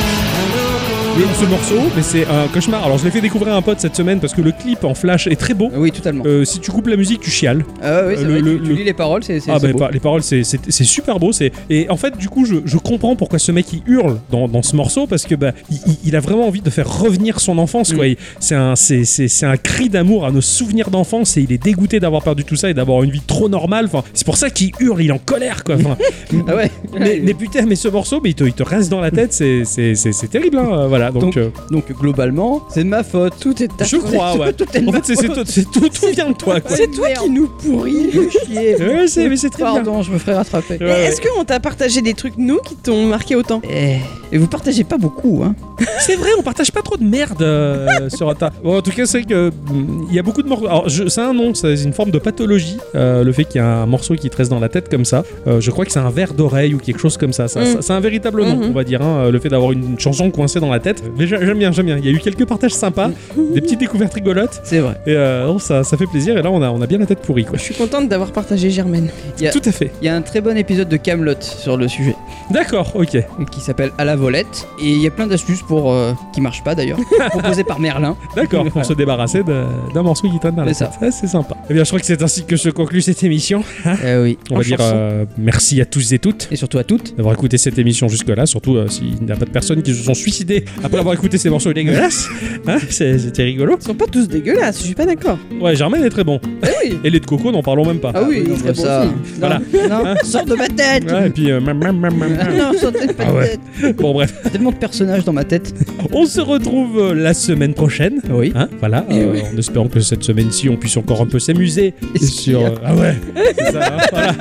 Mais ce morceau, mais c'est un cauchemar. Alors je l'ai fait découvrir à un pote cette semaine parce que le clip en flash est très beau. Oui, totalement. Si tu coupes la musique, tu chiales. Ah oui, c'est vrai. Tu lis les paroles, c'est beau. Les paroles, c'est super beau. Et en fait, du coup, je comprends pourquoi ce mec il hurle dans ce morceau, parce que il a vraiment envie de faire revenir son enfance. Quoi. C'est un cri d'amour à nos souvenirs d'enfance, et il est dégoûté d'avoir perdu tout ça et d'avoir une vie trop normale. Enfin, c'est pour ça qu'il hurle, il est en colère, quoi. Enfin, ah ouais. Mais putain, mais ce morceau, mais il te reste dans la tête. C'est terrible. Hein, voilà. Donc globalement, c'est de ma faute. Tout est de ta je faute. crois, ouais. En fait, tout vient de toi, quoi. C'est toi qui nous pourris. Ouais, mais c'est très bien. Pardon, je me ferai rattraper. Et est-ce qu'on t'a partagé des trucs, nous, qui t'ont marqué autant? Et vous partagez pas beaucoup, hein. C'est vrai, on partage pas trop de merde sur Ata. Bon, en tout cas, c'est que il y a beaucoup de morceaux. Alors, c'est un nom, c'est une forme de pathologie. Le fait qu'il y a un morceau qui te reste dans la tête comme ça. Je crois que c'est un verre d'oreille ou quelque chose comme ça. C'est un véritable nom, on va dire. Hein, le fait d'avoir une chanson coincée dans la tête. Mais j'aime bien. Il y a eu quelques partages sympas, des petites découvertes rigolotes. C'est vrai. Et ça fait plaisir. Et là, on a bien la tête pourrie, quoi. Je suis contente d'avoir partagé Germaine. Tout à fait. Il y a un très bon épisode de Kaamelott sur le sujet. D'accord, ok. Qui s'appelle À la volette. Et il y a plein d'astuces pour qui marchent pas d'ailleurs, proposées par Merlin. D'accord, pour se débarrasser d'un morceau qui traîne dans la tête. C'est sympa. Eh bien, je crois que c'est ainsi que se conclut cette émission. Oui. On va dire merci à tous et toutes. Et surtout à toutes. D'avoir écouté cette émission jusque-là. Surtout s'il n'y a pas de personnes qui se sont suicidées après avoir écouté ces morceaux dégueulasses. Hein, c'était rigolo. Ils sont pas tous dégueulasses, je suis pas d'accord. Ouais, Germaine est très bon. Oui. Et lait de coco, n'en parlons même pas. Ah oui, il est très bon aussi. Voilà. Non, sors de ma tête. Ouais, et puis Non, sortez de ma tête. Bon, bref. Il y a tellement de personnages dans ma tête. On se retrouve la semaine prochaine. Oui. Hein, voilà. Oui. En espérant que cette semaine-ci, on puisse encore un peu s'amuser sur. Ah ouais. C'est ça. Hein, voilà.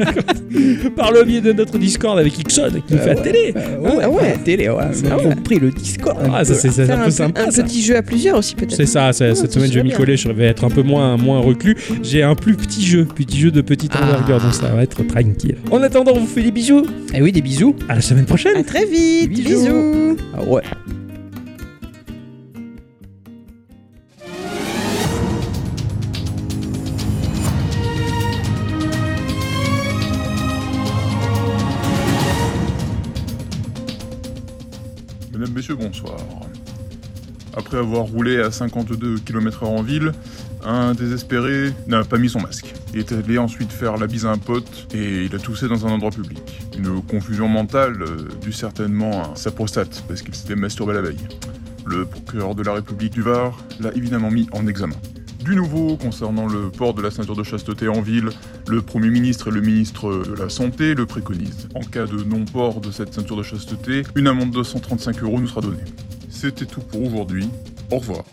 Par le biais de notre Discord avec Ixon qui nous fait la télé. La télé, ouais. On a compris le Discord. Ah, ça c'est un peu sympa. Un petit jeu à plusieurs aussi peut-être. C'est ça. Cette semaine, je vais m'y coller. Je vais être un peu moins reclus. J'ai un plus petit jeu de petite envergure, donc ça va être tranquille. En attendant, on vous fait des bisous. Et oui, des bisous. À la semaine prochaine. À très vite. Bisous. Ah ouais. Mesdames, Messieurs, bonsoir. Après avoir roulé à 52 km/h en ville, un désespéré n'a pas mis son masque. Il est allé ensuite faire la bise à un pote et il a toussé dans un endroit public. Une confusion mentale due certainement à sa prostate parce qu'il s'était masturbé la veille. Le procureur de la République du Var l'a évidemment mis en examen. Du nouveau, concernant le port de la ceinture de chasteté en ville, le Premier ministre et le ministre de la Santé le préconisent. En cas de non-port de cette ceinture de chasteté, une amende de 135 € nous sera donnée. C'était tout pour aujourd'hui. Au revoir.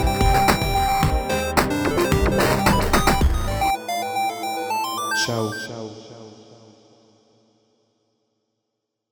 Ciao.